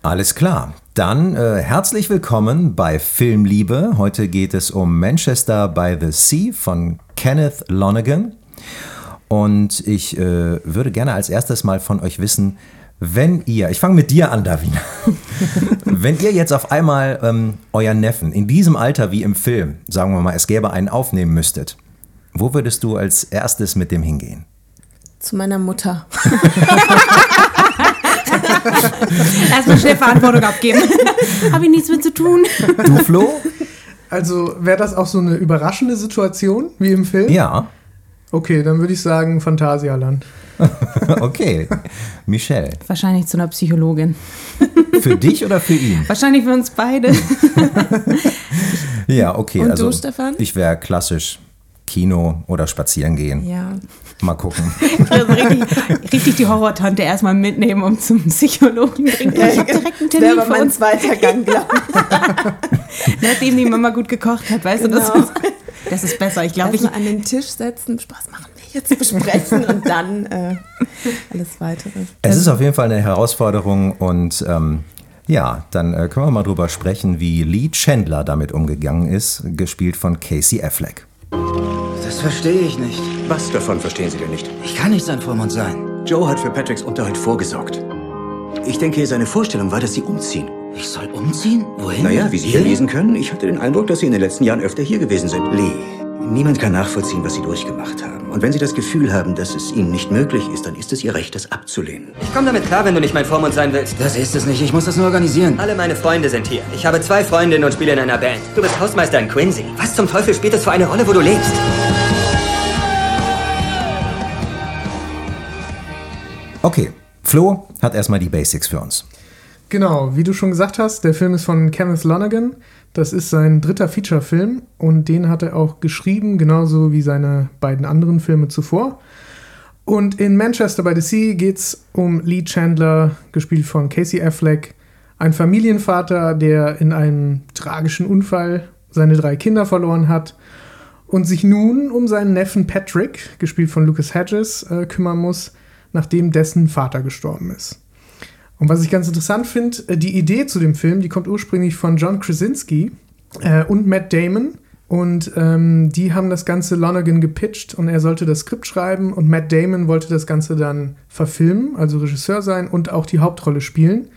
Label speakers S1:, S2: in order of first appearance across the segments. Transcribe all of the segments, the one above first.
S1: Alles klar. Dann herzlich willkommen bei Filmliebe. Heute geht es um Manchester by the Sea von Kenneth Lonergan. Und ich würde gerne als erstes mal von euch wissen, wenn ihr, ich fange mit dir an, Davina, wenn ihr jetzt auf einmal euren Neffen in diesem Alter wie im Film, sagen wir mal, es gäbe einen, aufnehmen müsstet, wo würdest du als erstes mit dem hingehen?
S2: Zu meiner Mutter.
S3: Erstmal schnell Verantwortung abgeben. Habe ich nichts mit zu tun.
S1: Du, Flo?
S4: Also wäre das auch so eine überraschende Situation wie im Film?
S1: Ja.
S4: Okay, dann würde ich sagen Phantasialand.
S1: Okay. Michelle?
S3: Wahrscheinlich zu einer Psychologin.
S1: Für dich oder für ihn?
S3: Wahrscheinlich für uns beide.
S1: Ja, okay.
S2: Und
S1: also
S2: du, Stefan?
S1: Ich wäre klassisch Kino oder spazieren gehen.
S2: Ja.
S1: Mal gucken.
S3: Also richtig die Horrortante erstmal mitnehmen, um zum Psychologen zu bringen. Ich habe direkt einen Termin für uns.
S2: zweiter Gang, glaube ich.
S3: Nachdem die Mama gut gekocht hat, weißt du, das ist besser. Ich glaube,
S2: Erstmal an den Tisch setzen, was machen wir jetzt besprechen und dann alles Weitere.
S1: Es ist auf jeden Fall eine Herausforderung und ja, dann können wir mal drüber sprechen, wie Lee Chandler damit umgegangen ist, gespielt von Casey Affleck.
S5: Das verstehe ich nicht.
S6: Was davon verstehen Sie denn nicht?
S5: Ich kann nicht sein Vormund sein.
S6: Joe hat für Patricks Unterhalt vorgesorgt. Ich denke, seine Vorstellung war, dass Sie umziehen.
S5: Ich soll umziehen? Wohin?
S6: Naja, wie Sie hier lesen können, ich hatte den Eindruck, dass Sie in den letzten Jahren öfter hier gewesen sind. Lee, niemand kann nachvollziehen, was Sie durchgemacht haben. Und wenn Sie das Gefühl haben, dass es Ihnen nicht möglich ist, dann ist es Ihr Recht, das abzulehnen.
S5: Ich komme damit klar, wenn du nicht mein Vormund sein willst. Das ist es nicht, ich muss das nur organisieren.
S7: Alle meine Freunde sind hier. Ich habe 2 Freundinnen und spiele in einer Band. Du bist Hausmeister in Quincy. Was zum Teufel spielt es für eine Rolle, wo du lebst?
S1: Okay, Flo hat erstmal die Basics für uns.
S4: Genau, wie du schon gesagt hast, der Film ist von Kenneth Lonergan. Das ist sein 3. Feature-Film und den hat er auch geschrieben, genauso wie seine beiden anderen Filme zuvor. Und in Manchester by the Sea geht es um Lee Chandler, gespielt von Casey Affleck, ein Familienvater, der in einem tragischen Unfall seine 3 Kinder verloren hat und sich nun um seinen Neffen Patrick, gespielt von Lucas Hedges, kümmern muss, nachdem dessen Vater gestorben ist. Und was ich ganz interessant finde, die Idee zu dem Film, die kommt ursprünglich von John Krasinski und Matt Damon. Und die haben das Ganze Lonergan gepitcht und er sollte das Skript schreiben und Matt Damon wollte das Ganze dann verfilmen, also Regisseur sein und auch die Hauptrolle spielen.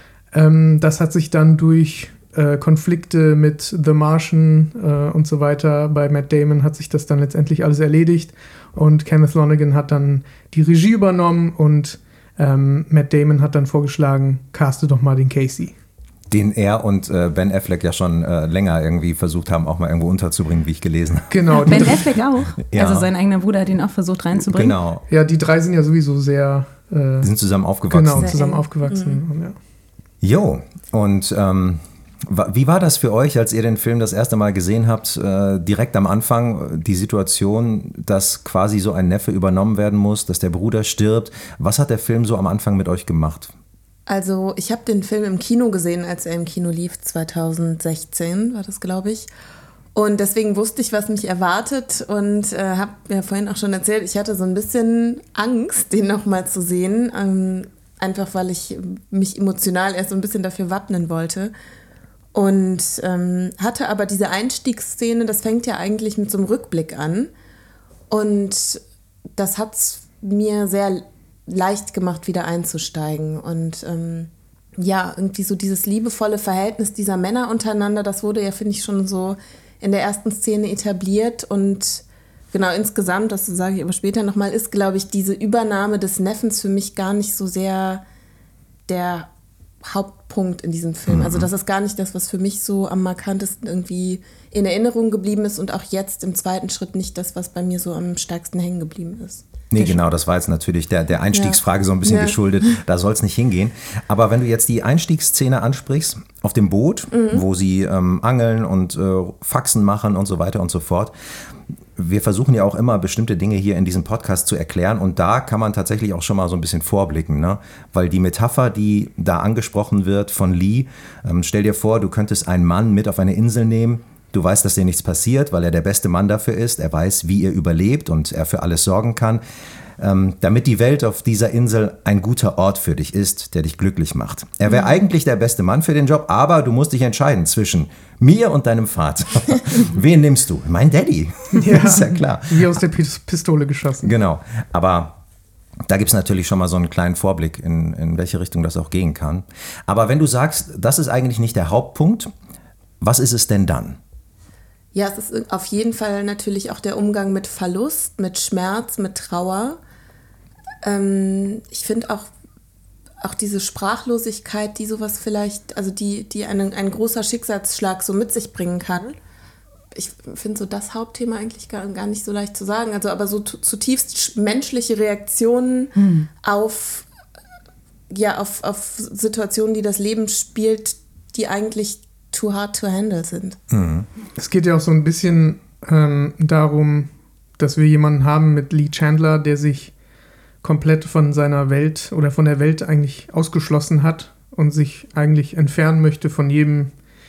S4: Das hat sich dann durch Konflikte mit The Martian und so weiter, bei Matt Damon hat sich das dann letztendlich alles erledigt und Kenneth Lonergan hat dann die Regie übernommen und Matt Damon hat dann vorgeschlagen, caste doch mal den Casey.
S1: Den er und Ben Affleck ja schon länger irgendwie versucht haben, auch mal irgendwo unterzubringen, wie ich gelesen habe.
S4: Genau.
S3: Ben Affleck auch.
S1: Ja.
S3: Also sein eigener Bruder hat ihn auch versucht reinzubringen.
S1: Genau.
S4: Ja, die 3 sind ja sowieso sehr...
S1: Die sind zusammen aufgewachsen.
S4: Genau,
S2: Sehr
S4: zusammen
S2: eng.
S4: aufgewachsen. Und, ja.
S1: Jo, und wie war das für euch, als ihr den Film das erste Mal gesehen habt, direkt am Anfang, die Situation, dass quasi so ein Neffe übernommen werden muss, dass der Bruder stirbt? Was hat der Film so am Anfang mit euch gemacht?
S2: Also ich habe den Film im Kino gesehen, als er im Kino lief, 2016 war das, glaube ich. Und deswegen wusste ich, was mich erwartet und habe mir vorhin auch schon erzählt, ich hatte so ein bisschen Angst, den nochmal zu sehen, einfach weil ich mich emotional erst so ein bisschen dafür wappnen wollte. Und hatte aber diese Einstiegsszene, das fängt ja eigentlich mit so einem Rückblick an. Und das hat es mir sehr leicht gemacht, wieder einzusteigen. Und ja, irgendwie so dieses liebevolle Verhältnis dieser Männer untereinander, das wurde ja, finde ich, schon so in der ersten Szene etabliert. Und genau, insgesamt, das sage ich aber später nochmal, ist, glaube ich, diese Übernahme des Neffens für mich gar nicht so sehr der Hauptpunkt in diesem Film. Also das ist gar nicht das, was für mich so am markantesten irgendwie in Erinnerung geblieben ist und auch jetzt im zweiten Schritt nicht das, was bei mir so am stärksten hängen geblieben ist.
S1: Nee, genau, das war jetzt natürlich der Einstiegsfrage so ein bisschen geschuldet. Da soll es nicht hingehen. Aber wenn du jetzt die Einstiegsszene ansprichst, auf dem Boot, wo sie angeln und Faxen machen und so weiter und so fort. Wir versuchen ja auch immer, bestimmte Dinge hier in diesem Podcast zu erklären und da kann man tatsächlich auch schon mal so ein bisschen vorblicken, ne? Weil die Metapher, die da angesprochen wird von Lee, stell dir vor, du könntest einen Mann mit auf eine Insel nehmen, du weißt, dass dir nichts passiert, weil er der beste Mann dafür ist, er weiß, wie ihr überlebt und er für alles sorgen kann. damit die Welt auf dieser Insel ein guter Ort für dich ist, der dich glücklich macht. Er wäre eigentlich der beste Mann für den Job, aber du musst dich entscheiden zwischen mir und deinem Vater. Wen nimmst du? Mein Daddy.
S4: Ja,
S1: ist ja klar.
S4: Wie aus der Pistole geschossen.
S1: Genau, aber da gibt es natürlich schon mal so einen kleinen Vorblick, in welche Richtung das auch gehen kann. Aber wenn du sagst, das ist eigentlich nicht der Hauptpunkt, was ist es denn dann?
S2: Ja, es ist auf jeden Fall natürlich auch der Umgang mit Verlust, mit Schmerz, mit Trauer. Ich finde auch diese Sprachlosigkeit, die sowas vielleicht, also die ein großer Schicksalsschlag so mit sich bringen kann. Ich finde so das Hauptthema eigentlich gar nicht so leicht zu sagen. Also aber so zutiefst menschliche Reaktionen auf Situationen, die das Leben spielt, die eigentlich too hard to handle sind.
S4: Es geht ja auch so ein bisschen darum, dass wir jemanden haben mit Lee Chandler, der sich komplett von seiner Welt oder von der Welt eigentlich ausgeschlossen hat und sich eigentlich entfernen möchte von jedem,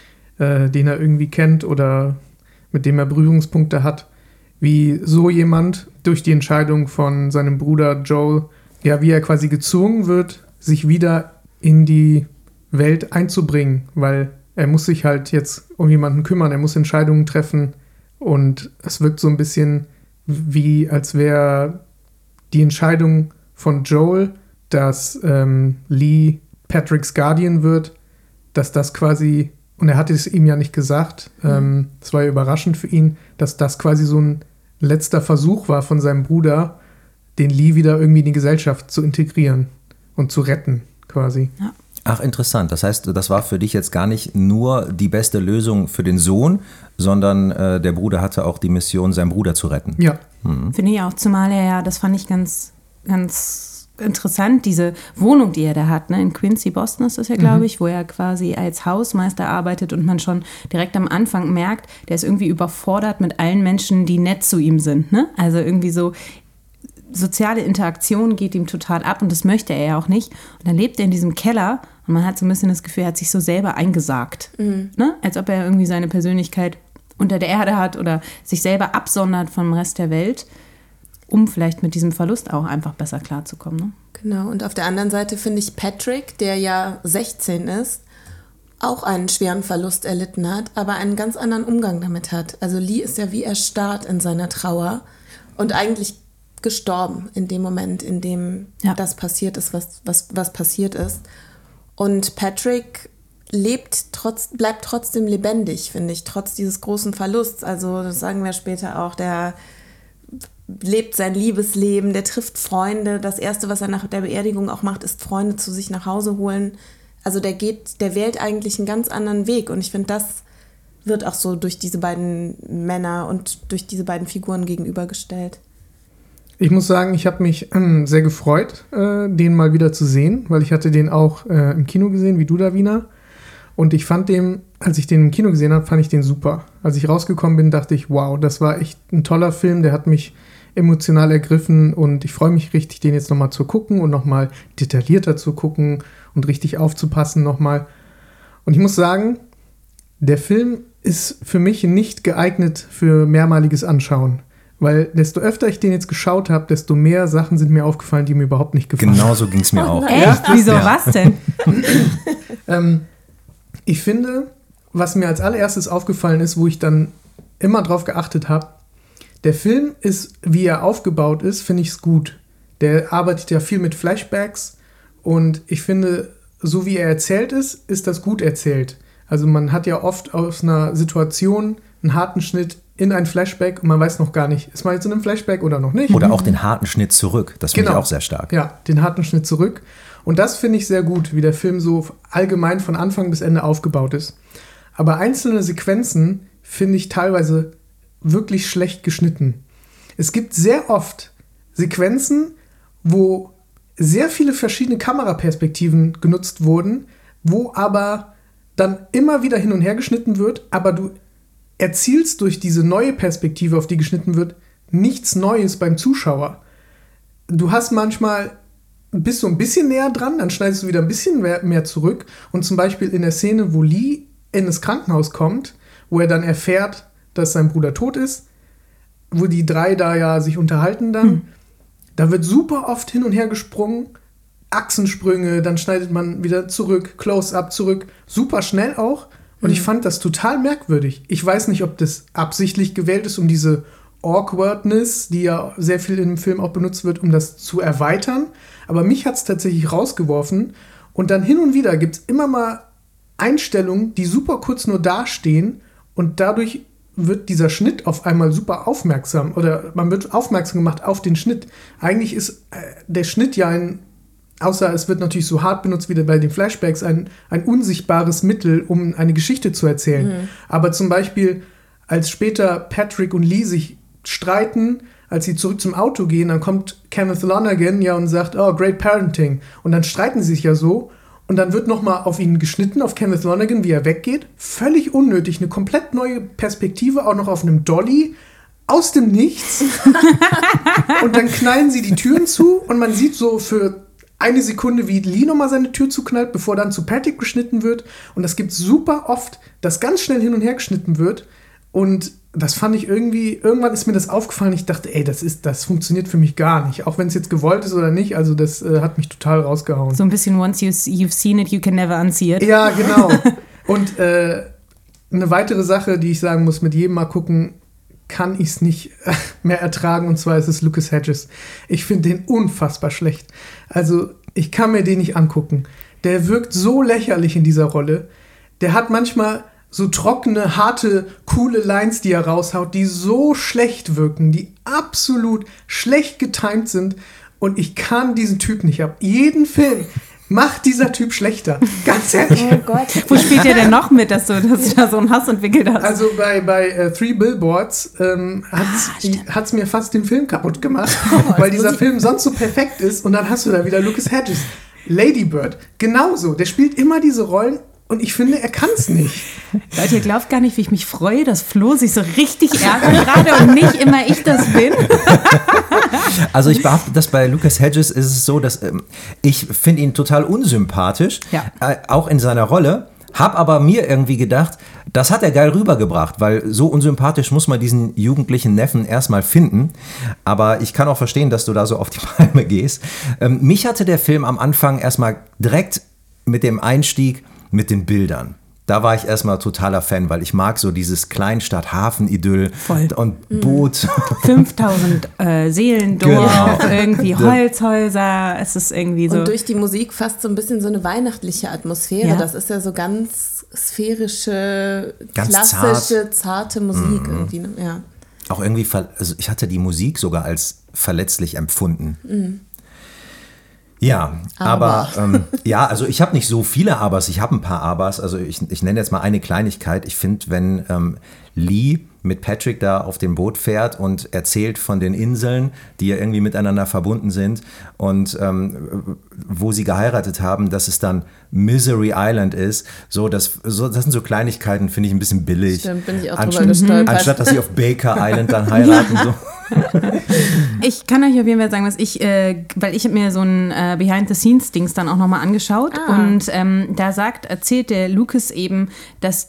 S4: den er irgendwie kennt oder mit dem er Berührungspunkte hat. Wie so jemand durch die Entscheidung von seinem Bruder Joel, ja, wie er quasi gezwungen wird, sich wieder in die Welt einzubringen, weil er muss sich halt jetzt um jemanden kümmern, er muss Entscheidungen treffen und es wirkt so ein bisschen wie, als wäre die Entscheidung von Joel, dass Lee Patricks Guardian wird, dass das quasi, und er hatte es ihm ja nicht gesagt, es war ja überraschend für ihn, dass das quasi so ein letzter Versuch war von seinem Bruder, den Lee wieder irgendwie in die Gesellschaft zu integrieren und zu retten quasi.
S3: Ja.
S1: Ach, interessant. Das heißt, das war für dich jetzt gar nicht nur die beste Lösung für den Sohn, sondern der Bruder hatte auch die Mission, seinen Bruder zu retten.
S4: Ja.
S3: Finde ich auch, zumal er ja, das fand ich ganz, ganz interessant, diese Wohnung, die er da hat, ne? In Quincy, Boston ist das ja, glaube ich, wo er quasi als Hausmeister arbeitet und man schon direkt am Anfang merkt, der ist irgendwie überfordert mit allen Menschen, die nett zu ihm sind. Ne? Also irgendwie so soziale Interaktion geht ihm total ab und das möchte er ja auch nicht. Und dann lebt er in diesem Keller und man hat so ein bisschen das Gefühl, er hat sich so selber eingesargt. Ne? Als ob er irgendwie seine Persönlichkeit unter der Erde hat oder sich selber absondert vom Rest der Welt, um vielleicht mit diesem Verlust auch einfach besser klarzukommen. Ne?
S2: Genau, und auf der anderen Seite finde ich Patrick, der ja 16 ist, auch einen schweren Verlust erlitten hat, aber einen ganz anderen Umgang damit hat. Also Lee ist ja wie erstarrt in seiner Trauer und eigentlich gestorben in dem Moment, in dem das passiert ist, was passiert ist. Und Patrick bleibt trotzdem lebendig, finde ich, trotz dieses großen Verlusts. Also das sagen wir später auch, der lebt sein Liebesleben, der trifft Freunde. Das Erste, was er nach der Beerdigung auch macht, ist Freunde zu sich nach Hause holen. Also der wählt eigentlich einen ganz anderen Weg. Und ich finde, das wird auch so durch diese beiden Männer und durch diese beiden Figuren gegenübergestellt.
S4: Ich muss sagen, ich habe mich sehr gefreut, den mal wieder zu sehen, weil ich hatte den auch im Kino gesehen, wie du, Davina. Und ich fand als ich den im Kino gesehen habe, fand ich den super. Als ich rausgekommen bin, dachte ich, wow, das war echt ein toller Film, der hat mich emotional ergriffen und ich freue mich richtig, den jetzt nochmal zu gucken und nochmal detaillierter zu gucken und richtig aufzupassen nochmal. Und ich muss sagen, der Film ist für mich nicht geeignet für mehrmaliges Anschauen. Weil desto öfter ich den jetzt geschaut habe, desto mehr Sachen sind mir aufgefallen, die mir überhaupt nicht gefallen.
S1: Genau so ging es mir auch.
S3: Echt? Ja? Wieso? Ja. Was denn?
S4: Ich finde, was mir als allererstes aufgefallen ist, wo ich dann immer drauf geachtet habe, der Film ist, wie er aufgebaut ist, finde ich es gut. Der arbeitet ja viel mit Flashbacks und ich finde, so wie er erzählt ist, ist das gut erzählt. Also man hat ja oft aus einer Situation einen harten Schnitt in ein Flashback und man weiß noch gar nicht, ist man jetzt in einem Flashback oder noch nicht.
S1: Oder auch den harten Schnitt zurück, das finde ich auch sehr stark.
S4: Ja, den harten Schnitt zurück. Und das finde ich sehr gut, wie der Film so allgemein von Anfang bis Ende aufgebaut ist. Aber einzelne Sequenzen finde ich teilweise wirklich schlecht geschnitten. Es gibt sehr oft Sequenzen, wo sehr viele verschiedene Kameraperspektiven genutzt wurden, wo aber dann immer wieder hin und her geschnitten wird, aber du erzielst durch diese neue Perspektive, auf die geschnitten wird, nichts Neues beim Zuschauer. Du hast manchmal, bist du ein bisschen näher dran, dann schneidest du wieder ein bisschen mehr zurück. Und zum Beispiel in der Szene, wo Lee in das Krankenhaus kommt, wo er dann erfährt, dass sein Bruder tot ist, wo die drei da ja sich unterhalten dann, Da wird super oft hin und her gesprungen, Achsensprünge, dann schneidet man wieder zurück, Close-up zurück, super schnell auch. Und ich fand das total merkwürdig. Ich weiß nicht, ob das absichtlich gewählt ist, um diese Awkwardness, die ja sehr viel im Film auch benutzt wird, um das zu erweitern. Aber mich hat es tatsächlich rausgeworfen. Und dann hin und wieder gibt es immer mal Einstellungen, die super kurz nur dastehen. Und dadurch wird dieser Schnitt auf einmal super aufmerksam. Oder man wird aufmerksam gemacht auf den Schnitt. Eigentlich ist der Schnitt ja außer es wird natürlich so hart benutzt wie bei den Flashbacks, ein unsichtbares Mittel, um eine Geschichte zu erzählen. Aber zum Beispiel, als später Patrick und Lee sich streiten, als sie zurück zum Auto gehen, dann kommt Kenneth Lonergan ja und sagt, oh, great parenting. Und dann streiten sie sich ja so. Und dann wird nochmal auf ihn geschnitten, auf Kenneth Lonergan, wie er weggeht. Völlig unnötig, eine komplett neue Perspektive, auch noch auf einem Dolly. Aus dem Nichts. Und dann knallen sie die Türen zu und man sieht so für eine Sekunde, wie Lee nochmal seine Tür zuknallt, bevor dann zu Patrick geschnitten wird. Und das gibt super oft, dass ganz schnell hin und her geschnitten wird. Und das fand ich irgendwann ist mir das aufgefallen. Ich dachte, ey, das funktioniert für mich gar nicht. Auch wenn es jetzt gewollt ist oder nicht. Also das hat mich total rausgehauen.
S3: So ein bisschen once you've seen it, you can never unsee it.
S4: Ja, genau. Und eine weitere Sache, die ich sagen muss, mit jedem Mal gucken, kann ich es nicht mehr ertragen, und zwar ist es Lucas Hedges. Ich finde den unfassbar schlecht. Also ich kann mir den nicht angucken. Der wirkt so lächerlich in dieser Rolle. Der hat manchmal so trockene, harte, coole Lines, die er raushaut, die so schlecht wirken, die absolut schlecht getimed sind, und ich kann diesen Typ nicht ab. Jeden Film macht dieser Typ schlechter. Ganz ehrlich.
S3: Oh Gott. Wo spielt der denn noch mit, dass du da so einen Hass entwickelt hast?
S4: Also bei Three Billboards hat's mir fast den Film kaputt gemacht, weil dieser Film sonst so perfekt ist, und dann hast du da wieder Lucas Hedges. Lady Bird, genauso. Der spielt immer diese Rollen. Und ich finde, er kann es nicht.
S3: Leute, ihr glaubt gar nicht, wie ich mich freue, dass Flo sich so richtig ärgert gerade und nicht immer ich das bin.
S1: Also ich behaupte, dass bei Lucas Hedges ist es so, dass ich finde ihn total unsympathisch, auch in seiner Rolle. Hab aber mir irgendwie gedacht, das hat er geil rübergebracht, weil so unsympathisch muss man diesen jugendlichen Neffen erstmal finden. Aber ich kann auch verstehen, dass du da so auf die Palme gehst. Mich hatte der Film am Anfang erstmal direkt mit dem Einstieg mit den Bildern. Da war ich erstmal totaler Fan, weil ich mag so dieses Kleinstadt-Hafen-Idyll und Boot.
S3: 5000 Seelendorf, irgendwie Holzhäuser, es ist irgendwie so.
S2: Und durch die Musik fast so ein bisschen so eine weihnachtliche Atmosphäre. Ja. Das ist ja so ganz sphärische, ganz klassische, zarte Musik irgendwie. Ja.
S1: Auch irgendwie, also ich hatte die Musik sogar als verletzlich empfunden. Ja, aber also ich habe nicht so viele Abers, ich habe ein paar Abers. Also ich nenne jetzt mal eine Kleinigkeit. Ich finde, wenn Lee mit Patrick da auf dem Boot fährt und erzählt von den Inseln, die ja irgendwie miteinander verbunden sind und wo sie geheiratet haben, dass es dann Misery Island ist. Das sind so Kleinigkeiten, finde ich ein bisschen billig.
S2: Stimmt, bin ich auch drüber gestolpert.
S1: Anstatt, dass sie auf Baker Island dann heiraten. So.
S3: Ich kann euch auf jeden Fall sagen, weil ich habe mir so ein Behind-the-Scenes-Dings dann auch nochmal angeschaut und da erzählt der Lucas eben, dass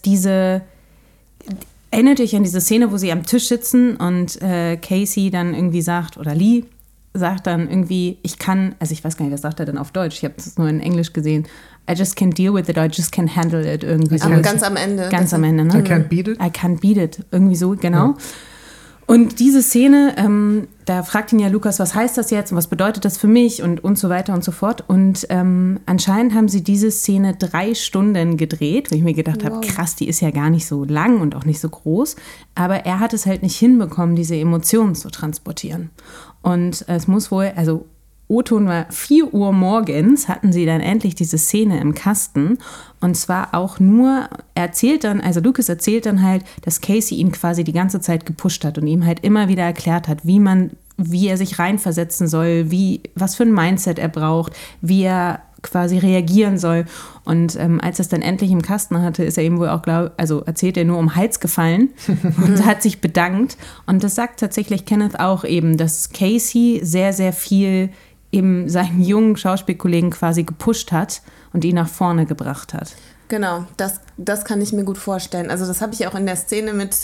S3: erinnert euch an diese Szene, wo sie am Tisch sitzen und Casey dann irgendwie sagt, oder Lee sagt dann irgendwie, ich weiß gar nicht, was sagt er denn auf Deutsch? Ich habe das nur in Englisch gesehen. I just can't deal with it, I just can't handle it. Irgendwie so.
S2: Ganz am Ende.
S3: Ganz am Ende, ne?
S4: I can't beat it.
S3: I can't beat it. Irgendwie so, genau. Ja. Und diese Szene, da fragt ihn ja Lukas, was heißt das jetzt und was bedeutet das für mich und so weiter und so fort. Und anscheinend haben sie diese Szene 3 Stunden gedreht, wo ich mir gedacht habe, krass, die ist ja gar nicht so lang und auch nicht so groß. Aber er hat es halt nicht hinbekommen, diese Emotionen zu transportieren. Und es muss wohl, also O-Ton war 4 Uhr morgens, hatten sie dann endlich diese Szene im Kasten. Und zwar auch nur, Lucas erzählt dann halt, dass Casey ihn quasi die ganze Zeit gepusht hat und ihm halt immer wieder erklärt hat, wie er sich reinversetzen soll, was für ein Mindset er braucht, wie er quasi reagieren soll. Und als er es dann endlich im Kasten hatte, ist er ihm wohl auch, erzählt er nur um den Hals gefallen und hat sich bedankt. Und das sagt tatsächlich Kenneth auch eben, dass Casey sehr, sehr viel eben seinen jungen Schauspielkollegen quasi gepusht hat und ihn nach vorne gebracht hat.
S2: Genau, das kann ich mir gut vorstellen. Also das habe ich auch in der Szene mit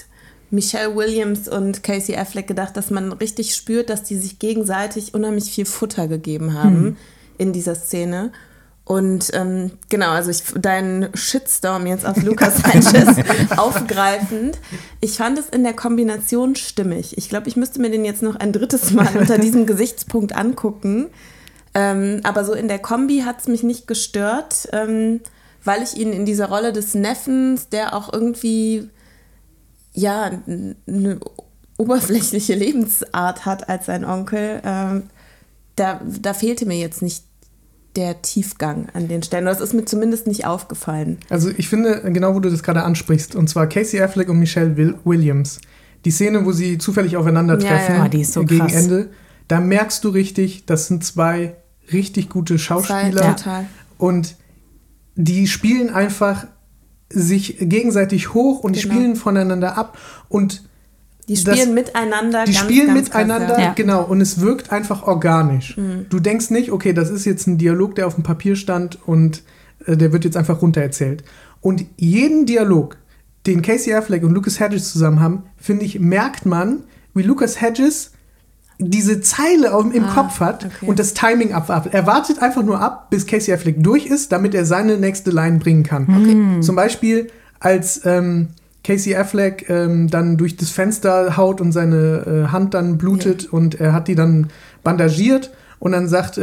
S2: Michelle Williams und Casey Affleck gedacht, dass man richtig spürt, dass die sich gegenseitig unheimlich viel Futter gegeben haben in dieser Szene. Und genau, also deinen Shitstorm jetzt auf Lucas Hedges aufgreifend, ich fand es in der Kombination stimmig. Ich glaube, ich müsste mir den jetzt noch ein drittes Mal unter diesem Gesichtspunkt angucken. Aber so in der Kombi hat es mich nicht gestört, weil ich ihn in dieser Rolle des Neffens, der auch irgendwie ja eine oberflächliche Lebensart hat als sein Onkel, da fehlte mir jetzt nicht der Tiefgang an den Stellen. Das ist mir zumindest nicht aufgefallen.
S4: Also ich finde, genau wo du das gerade ansprichst, und zwar Casey Affleck und Michelle Williams, die Szene, wo sie zufällig aufeinandertreffen,
S3: die ist so
S4: gegen
S3: krass.
S4: Ende, da merkst du richtig, das sind zwei richtig gute Schauspieler.
S2: Total.
S4: Und die spielen einfach sich gegenseitig hoch und die spielen voneinander ab und
S2: die spielen miteinander.
S4: Die
S2: ganz,
S4: spielen
S2: ganz
S4: miteinander,
S2: krass, ja.
S4: genau. Und es wirkt einfach organisch. Du denkst nicht, okay, das ist jetzt ein Dialog, der auf dem Papier stand und der wird jetzt einfach runtererzählt. Und jeden Dialog, den Casey Affleck und Lucas Hedges zusammen haben, finde ich, merkt man, wie Lucas Hedges diese Zeile im Kopf hat und das Timing abwartet. Er wartet einfach nur ab, bis Casey Affleck durch ist, damit er seine nächste Line bringen kann. Zum Beispiel, als Casey Affleck dann durch das Fenster haut und seine Hand dann blutet und er hat die dann bandagiert und dann sagt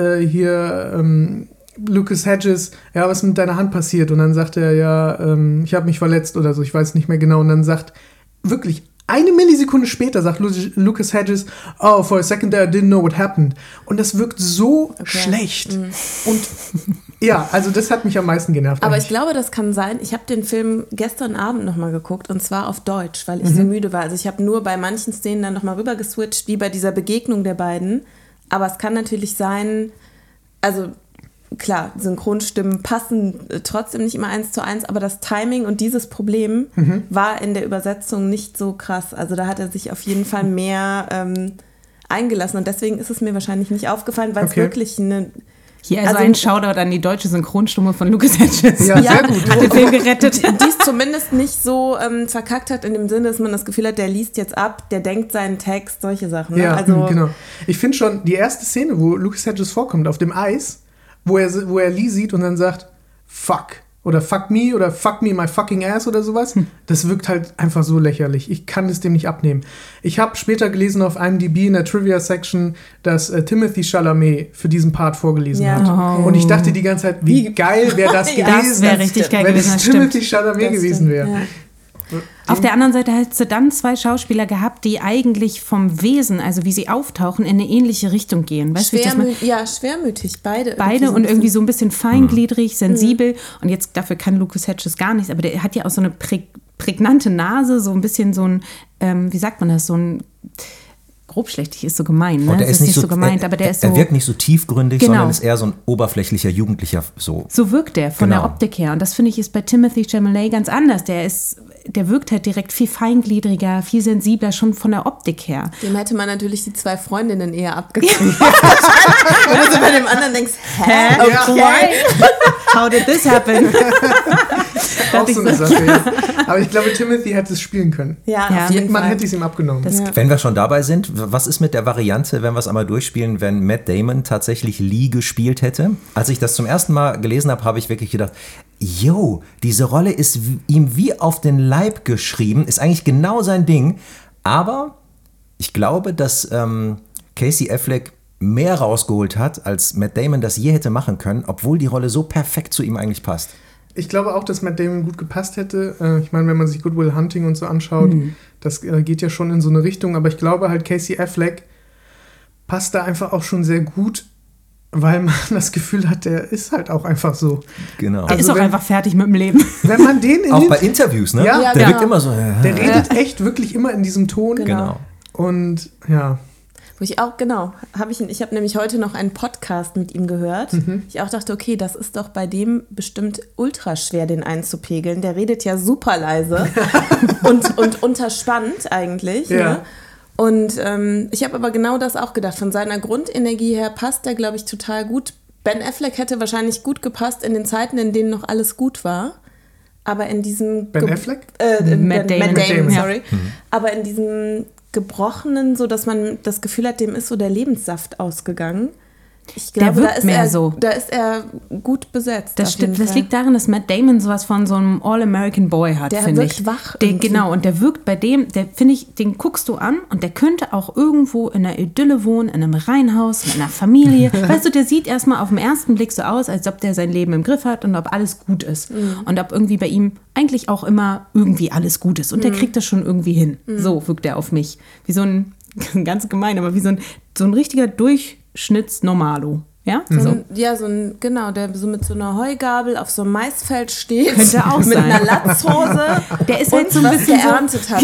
S4: Lucas Hedges, ja, was ist mit deiner Hand passiert? Und dann sagt er, ja, ich habe mich verletzt oder so, ich weiß nicht mehr genau. Und dann sagt, wirklich 1 Millisekunde später sagt Lucas Hedges, oh, for a second there I didn't know what happened. Und das wirkt so schlecht. Und ja, also das hat mich am meisten genervt.
S2: Aber ich glaube, das kann sein. Ich habe den Film gestern Abend nochmal geguckt und zwar auf Deutsch, weil ich so müde war. Also ich habe nur bei manchen Szenen dann nochmal rüber geswitcht, wie bei dieser Begegnung der beiden. Aber es kann natürlich sein, also klar, Synchronstimmen passen trotzdem nicht immer 1:1, aber das Timing und dieses Problem war in der Übersetzung nicht so krass. Also da hat er sich auf jeden Fall mehr eingelassen und deswegen ist es mir wahrscheinlich nicht aufgefallen, weil es wirklich eine...
S3: Hier also ein Shoutout an die deutsche Synchronstimme von Lucas Hedges.
S4: Ja, sehr gut.
S3: Hat den Film gerettet.
S2: Die es zumindest nicht so verkackt hat, in dem Sinne, dass man das Gefühl hat, der liest jetzt ab, der denkt seinen Text, solche Sachen. Ne?
S4: Ja,
S2: also,
S4: genau. Ich finde schon, die erste Szene, wo Lucas Hedges vorkommt, auf dem Eis, wo er Lee sieht und dann sagt, fuck. Oder fuck me oder fuck me my fucking ass oder sowas. Das wirkt halt einfach so lächerlich. Ich kann es dem nicht abnehmen. Ich habe später gelesen auf IMDb in der Trivia-Section, dass Timothée Chalamet für diesen Part vorgelesen hat.
S2: Okay.
S4: Und ich dachte die ganze Zeit, wie geil wäre das gewesen,
S3: Das wäre richtig geil
S4: wenn
S3: gewesen,
S4: es
S3: das stimmt.
S4: Timothée Chalamet gewesen wäre.
S2: Ja.
S3: Auf der anderen Seite hättest du dann 2 Schauspieler gehabt, die eigentlich vom Wesen, also wie sie auftauchen, in eine ähnliche Richtung gehen. Weißt du, wie ich das meine?
S2: Ja, schwermütig, beide.
S3: Beide und irgendwie so ein bisschen feingliedrig, sensibel. Und jetzt, dafür kann Lucas Hedges gar nichts, aber der hat ja auch so eine prägnante Nase, so ein bisschen so ein, wie sagt man das, so ein, grobschlächtig ist so gemein, ne?
S1: Der
S3: Das
S1: ist nicht so
S3: gemeint, aber der ist so...
S1: Er wirkt nicht so tiefgründig,
S3: Genau.
S1: sondern ist eher so ein oberflächlicher Jugendlicher. So
S3: wirkt der von
S1: Genau.
S3: der Optik her. Und das finde ich ist bei Timothée Chalamet ganz anders. Der wirkt halt direkt viel feingliedriger, viel sensibler, schon von der Optik her.
S2: Dem hätte man natürlich die 2 Freundinnen eher abgekriegt. Wenn du bei dem anderen denkst, hä?
S3: Okay. How did this happen?
S4: Auch so eine Sache, ja. Aber ich glaube, Timothy hätte es spielen können.
S2: Ja,
S3: Ja.
S2: auf jeden
S4: Man
S2: Fall.
S4: hätte es ihm abgenommen.
S1: Wenn wir schon dabei sind, was ist mit der Variante, wenn wir es einmal durchspielen, wenn Matt Damon tatsächlich Lee gespielt hätte? Als ich das zum ersten Mal gelesen habe, habe ich wirklich gedacht, yo, diese Rolle ist ihm wie auf den Leib geschrieben, ist eigentlich genau sein Ding. Aber ich glaube, dass Casey Affleck mehr rausgeholt hat, als Matt Damon das je hätte machen können, obwohl die Rolle so perfekt zu ihm eigentlich passt.
S4: Ich glaube auch, dass Matt Damon gut gepasst hätte. Ich meine, wenn man sich Good Will Hunting und so anschaut, das geht ja schon in so eine Richtung. Aber ich glaube halt, Casey Affleck passt da einfach auch schon sehr gut, weil man das Gefühl hat, der ist halt auch einfach so.
S1: Genau.
S3: Der ist auch
S4: wenn-
S3: einfach fertig mit dem Leben.
S4: Wenn man den
S1: Auch bei Interviews, ne?
S4: Ja,
S1: der
S2: genau.
S1: wirkt immer so.
S4: der redet echt wirklich immer in diesem Ton.
S1: Genau.
S4: Und ja,
S2: Wo ich auch, genau, ich habe nämlich heute noch einen Podcast mit ihm gehört. Ich auch dachte, okay, das ist doch bei dem bestimmt ultra schwer, den einzupegeln. Der redet ja super leise und unterspannt eigentlich.
S4: Ja.
S2: Ne? Und ich habe aber genau das auch gedacht. Von seiner Grundenergie her passt der, glaube ich, total gut. Ben Affleck hätte wahrscheinlich gut gepasst in den Zeiten, in denen noch alles gut war. aber in diesem...
S4: Ben Affleck?
S2: Matt Damon, sorry.
S3: Ja.
S2: Aber in diesem Gebrochenen, so dass man das Gefühl hat, dem ist so der Lebenssaft ausgegangen. Ich glaube, da ist er gut besetzt.
S3: Das stimmt. Das liegt daran, dass Matt Damon sowas von so einem All-American Boy hat, finde ich.
S2: Der wirkt wach.
S3: Genau, und der wirkt bei dem, finde ich, den guckst du an und der könnte auch irgendwo in einer Idylle wohnen, in einem Reihenhaus, mit einer Familie. Weißt du, der sieht erstmal auf den ersten Blick so aus, als ob der sein Leben im Griff hat und ob alles gut ist. Und ob irgendwie bei ihm eigentlich auch immer irgendwie alles gut ist. Und der kriegt das schon irgendwie hin. So wirkt er auf mich. Wie so ein, ganz gemein, aber wie so ein richtiger Durchschnittsnormalo. Ja?
S2: Der so mit so einer Heugabel auf so einem Maisfeld steht.
S3: Könnte auch
S2: mit
S3: sein.
S2: Einer Latzhose.
S3: Der ist halt so ein bisschen
S2: geerntet hat.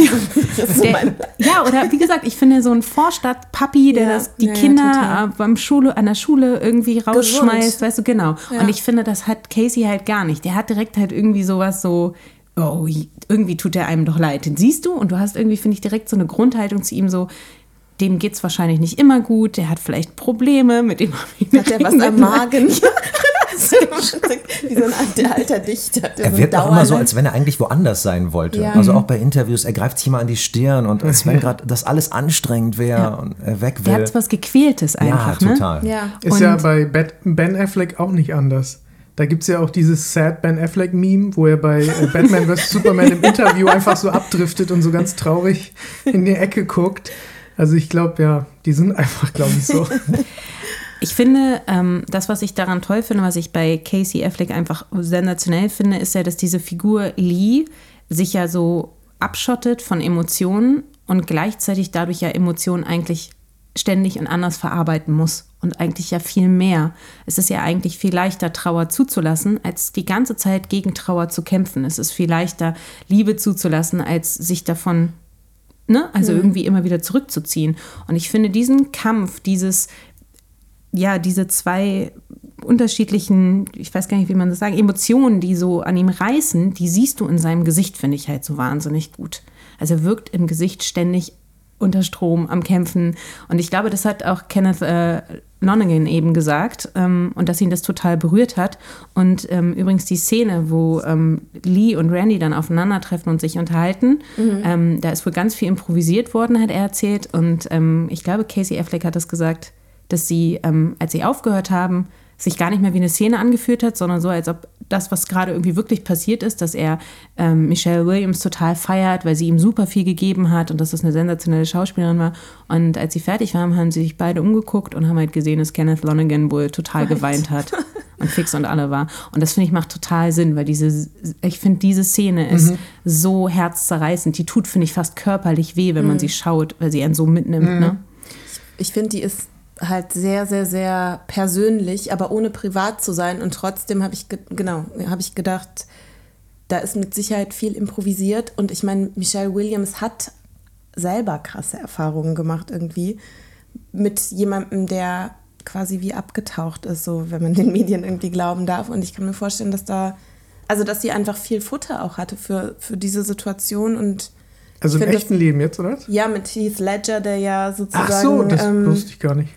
S3: Oder wie gesagt, ich finde so ein Vorstadt-Papi, der die Kinder an der Schule irgendwie rausschmeißt, gesund. Weißt du, genau. Ja. Und ich finde, das hat Casey halt gar nicht. Der hat direkt halt irgendwie sowas so, oh, irgendwie tut er einem doch leid. Den siehst du und du hast irgendwie, finde ich, direkt so eine Grundhaltung zu ihm so, dem geht es wahrscheinlich nicht immer gut, der hat vielleicht Probleme, mit dem
S2: hat er was am Magen. Wie so ein alter Dichter.
S1: Er wirkt auch immer so, als wenn er eigentlich woanders sein wollte. Ja. Also auch bei Interviews, er greift sich mal an die Stirn und als wenn gerade das alles anstrengend wäre und er weg will.
S3: Der hat was Gequältes einfach.
S1: Ja, total.
S3: Ne?
S2: Ja.
S4: Ist ja bei Ben Affleck auch nicht anders. Da gibt es ja auch dieses Sad Ben Affleck-Meme, wo er bei Batman vs. Superman im Interview einfach so abdriftet und so ganz traurig in die Ecke guckt. Also ich glaube, ja, die sind einfach, glaube ich, so.
S3: Ich finde, das, was ich daran toll finde, was ich bei Casey Affleck einfach sensationell finde, ist ja, dass diese Figur Lee sich ja so abschottet von Emotionen und gleichzeitig dadurch ja Emotionen eigentlich ständig und anders verarbeiten muss. Und eigentlich ja viel mehr. Es ist ja eigentlich viel leichter, Trauer zuzulassen, als die ganze Zeit gegen Trauer zu kämpfen. Es ist viel leichter, Liebe zuzulassen, als sich davon irgendwie immer wieder zurückzuziehen. Und ich finde diesen Kampf, diese zwei unterschiedlichen, ich weiß gar nicht, wie man das sagt, Emotionen, die so an ihm reißen, die siehst du in seinem Gesicht, finde ich halt so wahnsinnig gut. Also er wirkt im Gesicht ständig unter Strom, am Kämpfen. Und ich glaube, das hat auch Kenneth Lonergan eben gesagt und dass ihn das total berührt hat. Und übrigens die Szene, wo Lee und Randy dann aufeinandertreffen und sich unterhalten, da ist wohl ganz viel improvisiert worden, hat er erzählt. Und ich glaube, Casey Affleck hat das gesagt, dass sie, als sie aufgehört haben, sich gar nicht mehr wie eine Szene angefühlt hat, sondern so, als ob das, was gerade irgendwie wirklich passiert ist, dass er Michelle Williams total feiert, weil sie ihm super viel gegeben hat und dass das eine sensationelle Schauspielerin war. Und als sie fertig waren, haben sie sich beide umgeguckt und haben halt gesehen, dass Kenneth Lonergan wohl total geweint hat und fix und alle war. Und das, finde ich, macht total Sinn, weil ich finde, diese Szene ist so herzzerreißend. Die tut, finde ich, fast körperlich weh, wenn man sie schaut, weil sie einen so mitnimmt. Ne?
S2: Ich finde, die ist halt sehr, sehr, sehr persönlich, aber ohne privat zu sein. Und trotzdem habe ich gedacht, da ist mit Sicherheit viel improvisiert. Und ich meine, Michelle Williams hat selber krasse Erfahrungen gemacht irgendwie mit jemandem, der quasi wie abgetaucht ist, so wenn man den Medien irgendwie glauben darf. Und ich kann mir vorstellen, dass sie einfach viel Futter auch hatte für diese Situation. Und
S4: also im echten Leben jetzt, oder?
S2: Ja, mit Heath Ledger, der ja sozusagen...
S4: Ach so, das wusste ich gar nicht.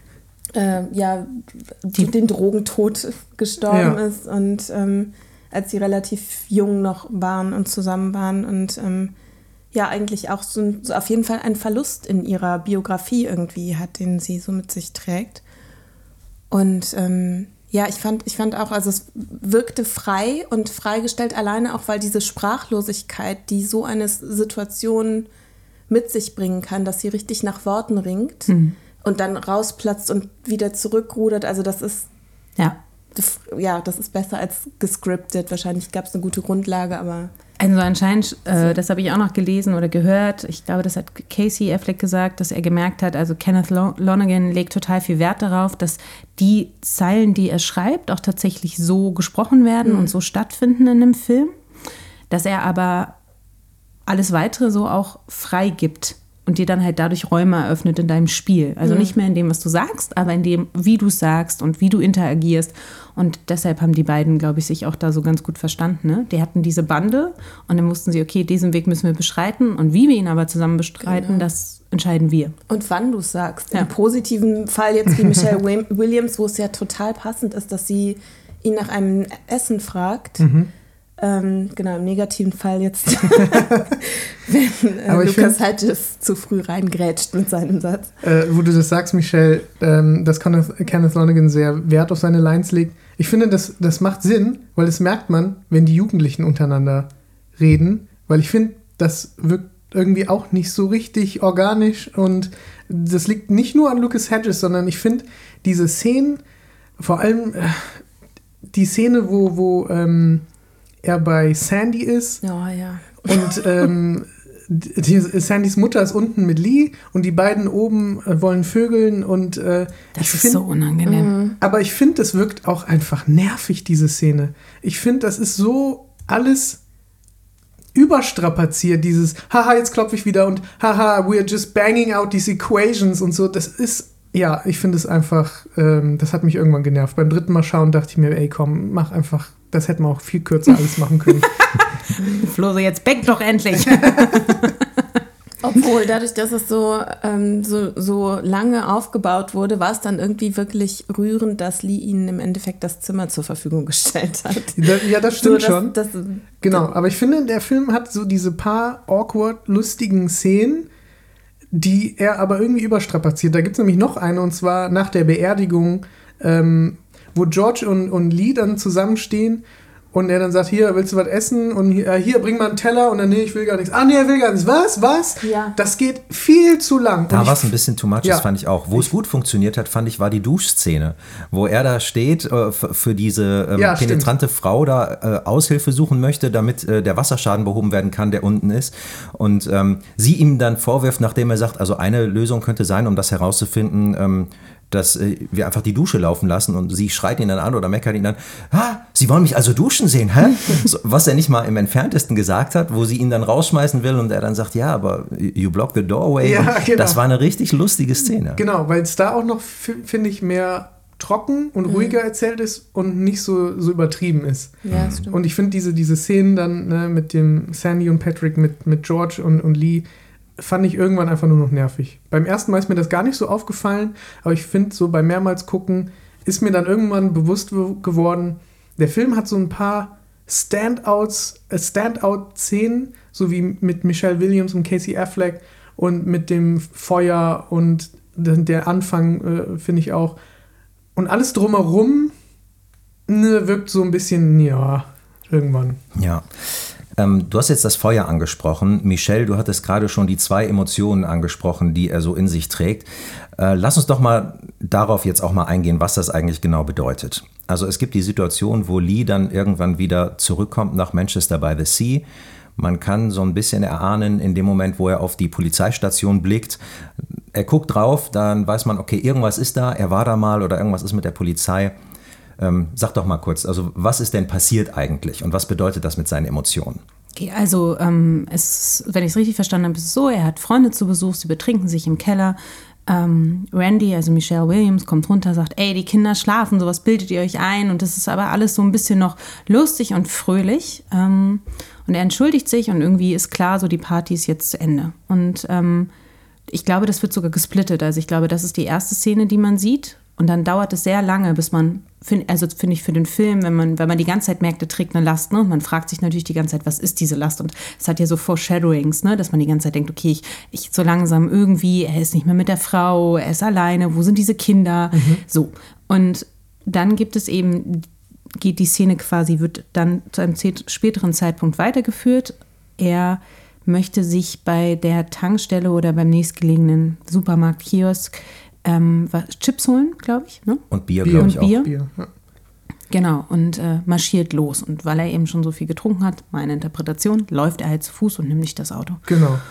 S2: Den Drogentod gestorben ist und als sie relativ jung noch waren und zusammen waren und eigentlich auch so auf jeden Fall einen Verlust in ihrer Biografie irgendwie hat, den sie so mit sich trägt. Und ich fand auch, also es wirkte frei und freigestellt alleine auch, weil diese Sprachlosigkeit, die so eine Situation mit sich bringen kann, dass sie richtig nach Worten ringt und dann rausplatzt und wieder zurückrudert. Also das ist das ist besser als gescriptet. Wahrscheinlich gab es eine gute Grundlage, aber...
S3: Also anscheinend, das habe ich auch noch gelesen oder gehört, ich glaube, das hat Casey Affleck gesagt, dass er gemerkt hat, also Kenneth Lonergan legt total viel Wert darauf, dass die Zeilen, die er schreibt, auch tatsächlich so gesprochen werden und so stattfinden in einem Film, dass er aber alles Weitere so auch frei gibt und dir dann halt dadurch Räume eröffnet in deinem Spiel. Also nicht mehr in dem, was du sagst, aber in dem, wie du es sagst und wie du interagierst. Und deshalb haben die beiden, glaube ich, sich auch da so ganz gut verstanden. Ne? Die hatten diese Bande und dann mussten sie, okay, diesen Weg müssen wir beschreiten. Und wie wir ihn aber zusammen bestreiten, das entscheiden wir.
S2: Und wann du es sagst. Ja. Im positiven Fall jetzt wie Michelle Williams, wo es ja total passend ist, dass sie ihn nach einem Essen fragt. Genau, im negativen Fall jetzt, wenn Lucas Hedges zu früh reingrätscht mit seinem Satz.
S4: Wo du das sagst, Michelle, dass Kenneth Lonergan sehr Wert auf seine Lines legt. Ich finde, das macht Sinn, weil das merkt man, wenn die Jugendlichen untereinander reden, weil ich finde, das wirkt irgendwie auch nicht so richtig organisch und das liegt nicht nur an Lucas Hedges, sondern ich finde diese Szenen, vor allem die Szene, wo er bei Sandy ist.
S2: Oh, ja.
S4: Und Sandys Mutter ist unten mit Lee und die beiden oben wollen vögeln und
S3: das ist so unangenehm.
S4: Aber ich finde, das wirkt auch einfach nervig, diese Szene. Ich finde, das ist so alles überstrapaziert, dieses haha, jetzt klopfe ich wieder und haha, we're just banging out these equations und so. Das ist, ja, ich finde es einfach, das hat mich irgendwann genervt. Beim dritten Mal schauen dachte ich mir, ey komm, mach einfach, das hätten wir auch viel kürzer alles machen können.
S3: Flose, jetzt back doch endlich.
S2: Obwohl, dadurch, dass es so lange aufgebaut wurde, war es dann irgendwie wirklich rührend, dass Lee ihnen im Endeffekt das Zimmer zur Verfügung gestellt hat.
S4: Ja, das stimmt
S2: so,
S4: schon. Genau, aber ich finde, der Film hat so diese paar awkward, lustigen Szenen, die er aber irgendwie überstrapaziert. Da gibt es nämlich noch eine, und zwar nach der Beerdigung, wo George und Lee dann zusammenstehen und er dann sagt, hier, willst du was essen? Und hier, bring mal einen Teller. Und dann, nee, ich will gar nichts. Ah, nee, er will gar nichts. Was?
S2: Ja.
S4: Das geht viel zu lang.
S1: Da war es ein bisschen too much,
S4: ja.
S1: Das fand ich auch. Wo es gut funktioniert hat, fand ich, war die Duschszene. Wo er da steht, für diese penetrante Frau da Aushilfe suchen möchte, damit der Wasserschaden behoben werden kann, der unten ist. Und sie ihm dann vorwirft, nachdem er sagt, also eine Lösung könnte sein, um das herauszufinden, dass wir einfach die Dusche laufen lassen und sie schreit ihn dann an oder meckert ihn dann, Sie wollen mich also duschen sehen, hä? So, was er nicht mal im Entferntesten gesagt hat, wo sie ihn dann rausschmeißen will und er dann sagt, ja, aber you block the doorway.
S4: Ja, genau.
S1: Das war eine richtig lustige Szene.
S4: Genau, weil es da auch noch, finde ich, mehr trocken und ruhiger erzählt ist und nicht so übertrieben ist.
S2: Ja, das stimmt.
S4: Und ich finde diese Szenen dann mit dem Sandy und Patrick, mit George und Lee, fand ich irgendwann einfach nur noch nervig. Beim ersten Mal ist mir das gar nicht so aufgefallen, aber ich finde, so beim mehrmals gucken ist mir dann irgendwann bewusst geworden, der Film hat so ein paar Standout-Szenen, so wie mit Michelle Williams und Casey Affleck und mit dem Feuer und der Anfang, finde ich auch. Und alles drumherum wirkt so ein bisschen, ja, irgendwann.
S1: Ja. Du hast jetzt das Feuer angesprochen. Michelle, du hattest gerade schon die 2 Emotionen angesprochen, die er so in sich trägt. Lass uns doch mal darauf jetzt auch mal eingehen, was das eigentlich genau bedeutet. Also es gibt die Situation, wo Lee dann irgendwann wieder zurückkommt nach Manchester by the Sea. Man kann so ein bisschen erahnen, in dem Moment, wo er auf die Polizeistation blickt, er guckt drauf, dann weiß man, okay, irgendwas ist da, er war da mal oder irgendwas ist mit der Polizei. Sag doch mal kurz, also was ist denn passiert eigentlich und was bedeutet das mit seinen Emotionen?
S3: Okay, also wenn ich es richtig verstanden habe, ist es so, er hat Freunde zu Besuch, sie betrinken sich im Keller. Randy, also Michelle Williams, kommt runter, sagt, ey, die Kinder schlafen, sowas bildet ihr euch ein und das ist aber alles so ein bisschen noch lustig und fröhlich. Und er entschuldigt sich und irgendwie ist klar, so die Party ist jetzt zu Ende. Und ich glaube, das wird sogar gesplittet. Also ich glaube, das ist die erste Szene, die man sieht. Und dann dauert es sehr lange, bis man, finde ich für den Film, wenn man die ganze Zeit merkt, er trägt eine Last, ne? Und man fragt sich natürlich die ganze Zeit, was ist diese Last? Und es hat ja so Foreshadowings, ne? Dass man die ganze Zeit denkt, okay, ich so langsam irgendwie, er ist nicht mehr mit der Frau, er ist alleine, wo sind diese Kinder? So. Und dann geht die Szene quasi, wird dann zu einem späteren Zeitpunkt weitergeführt. Er möchte sich bei der Tankstelle oder beim nächstgelegenen Supermarkt-Kiosk Chips holen, glaube ich. Ne?
S1: Und Bier, glaube ich auch.
S4: Bier, ja.
S3: Genau, und marschiert los. Und weil er eben schon so viel getrunken hat, meine Interpretation, läuft er halt zu Fuß und nimmt nicht das Auto.
S4: Genau.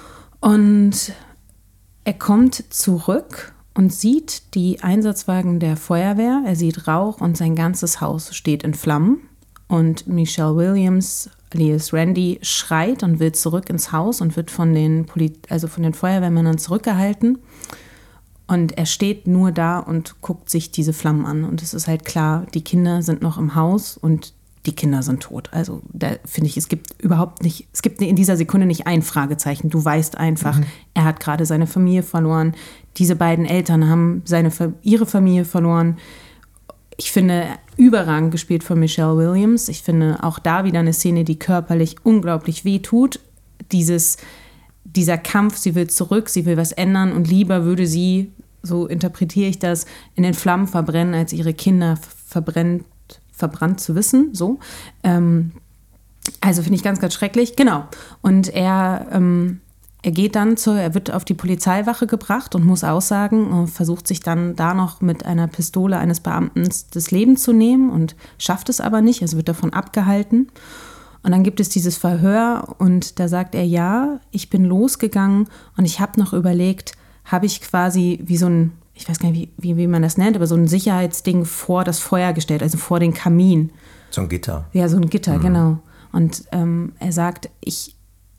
S3: Und er kommt zurück und sieht die Einsatzwagen der Feuerwehr. Er sieht Rauch und sein ganzes Haus steht in Flammen. Und Michelle Williams, alias Randy, schreit und will zurück ins Haus und wird von den Feuerwehrmännern zurückgehalten. Und er steht nur da und guckt sich diese Flammen an. Und es ist halt klar, die Kinder sind noch im Haus und die Kinder sind tot. Also da finde ich, es gibt in dieser Sekunde nicht ein Fragezeichen. Du weißt einfach, er hat gerade seine Familie verloren. Diese beiden Eltern haben ihre Familie verloren. ich finde, überragend gespielt von Michelle Williams. Ich finde auch da wieder eine Szene, die körperlich unglaublich wehtut. Dieser Kampf, sie will zurück, sie will was ändern und lieber würde sie, so interpretiere ich das, in den Flammen verbrennen, als ihre Kinder verbrannt zu wissen. So. Also finde ich ganz, ganz schrecklich. Genau. Und er geht dann er wird auf die Polizeiwache gebracht und muss aussagen und versucht sich dann da noch mit einer Pistole eines Beamten das Leben zu nehmen und schafft es aber nicht, also wird davon abgehalten. Und dann gibt es dieses Verhör und da sagt er, ja, ich bin losgegangen und ich habe noch überlegt, habe ich quasi wie so ein, ich weiß gar nicht, wie man das nennt, aber so ein Sicherheitsding vor das Feuer gestellt, also vor den Kamin.
S1: So ein Gitter.
S3: Ja, so ein Gitter, genau. Und er sagt, ich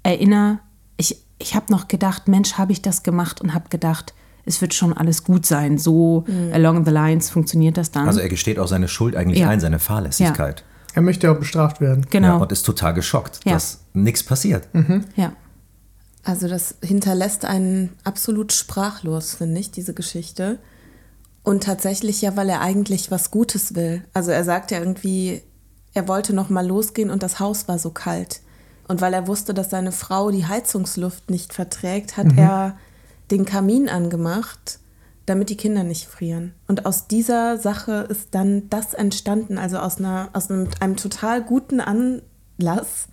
S3: habe noch gedacht, Mensch, habe ich das gemacht und habe gedacht, es wird schon alles gut sein. So along the lines funktioniert das dann.
S1: Also er gesteht auch seine Schuld eigentlich ein, seine Fahrlässigkeit.
S3: Ja.
S4: Er möchte auch bestraft werden.
S3: Genau.
S1: Ja, und ist total geschockt, dass nichts passiert.
S3: Ja.
S2: Also das hinterlässt einen absolut sprachlos, finde ich, diese Geschichte. Und tatsächlich ja, weil er eigentlich was Gutes will. Also er sagt ja irgendwie, er wollte noch mal losgehen und das Haus war so kalt. Und weil er wusste, dass seine Frau die Heizungsluft nicht verträgt, hat er den Kamin angemacht, damit die Kinder nicht frieren. Und aus dieser Sache ist dann das entstanden, also aus einem total guten Anlass,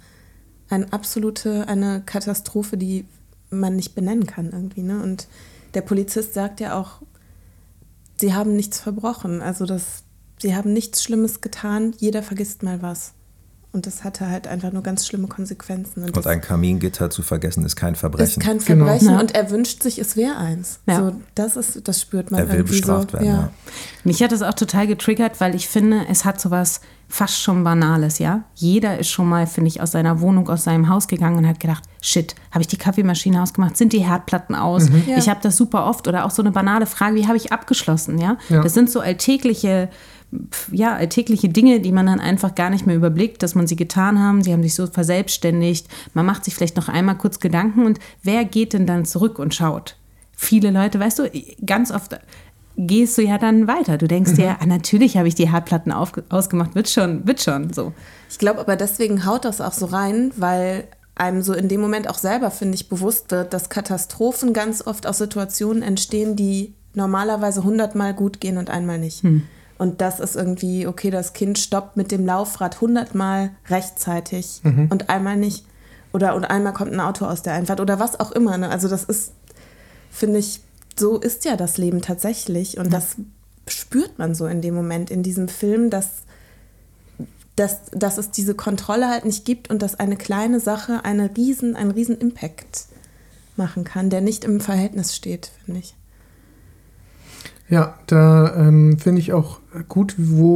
S2: eine Katastrophe, die man nicht benennen kann irgendwie. Ne? Und der Polizist sagt ja auch, sie haben nichts verbrochen, also sie haben nichts Schlimmes getan, jeder vergisst mal was. Und das hatte halt einfach nur ganz schlimme Konsequenzen.
S1: Und ein Kamingitter zu vergessen ist kein Verbrechen.
S2: Ist kein Verbrechen
S3: Genau.
S2: und er wünscht sich, es wäre eins.
S3: Ja.
S2: So, das spürt man
S1: Er will
S2: irgendwie
S1: bestraft
S2: so.
S1: werden, ja.
S3: Mich hat das auch total getriggert, weil ich finde, es hat sowas fast schon Banales, ja. Jeder ist schon mal, finde ich, aus seiner Wohnung, aus seinem Haus gegangen und hat gedacht, shit, habe ich die Kaffeemaschine ausgemacht? Sind die Herdplatten aus?
S2: Ja.
S3: Ich habe das super oft. Oder auch so eine banale Frage, wie habe ich abgeschlossen, ja? Das sind so alltägliche Dinge, die man dann einfach gar nicht mehr überblickt, dass man sie getan haben. Sie haben sich so verselbstständigt. Man macht sich vielleicht noch einmal kurz Gedanken und wer geht denn dann zurück und schaut? Viele Leute, weißt du, ganz oft gehst du ja dann weiter. Du denkst dir, natürlich habe ich die Herdplatten ausgemacht, wird schon so.
S2: Ich glaube aber deswegen haut das auch so rein, weil einem so in dem Moment auch selber, finde ich, bewusst wird, dass Katastrophen ganz oft aus Situationen entstehen, die normalerweise 100-mal gut gehen und einmal nicht. Und das ist irgendwie, okay, das Kind stoppt mit dem Laufrad 100-mal rechtzeitig und einmal nicht. Und einmal kommt ein Auto aus der Einfahrt oder was auch immer. Ne? Also das ist, finde ich, so ist ja das Leben tatsächlich. Und das spürt man so in dem Moment, in diesem Film, dass es diese Kontrolle halt nicht gibt und dass eine kleine Sache einen riesen Impact machen kann, der nicht im Verhältnis steht, finde ich.
S4: Ja, da finde ich auch gut,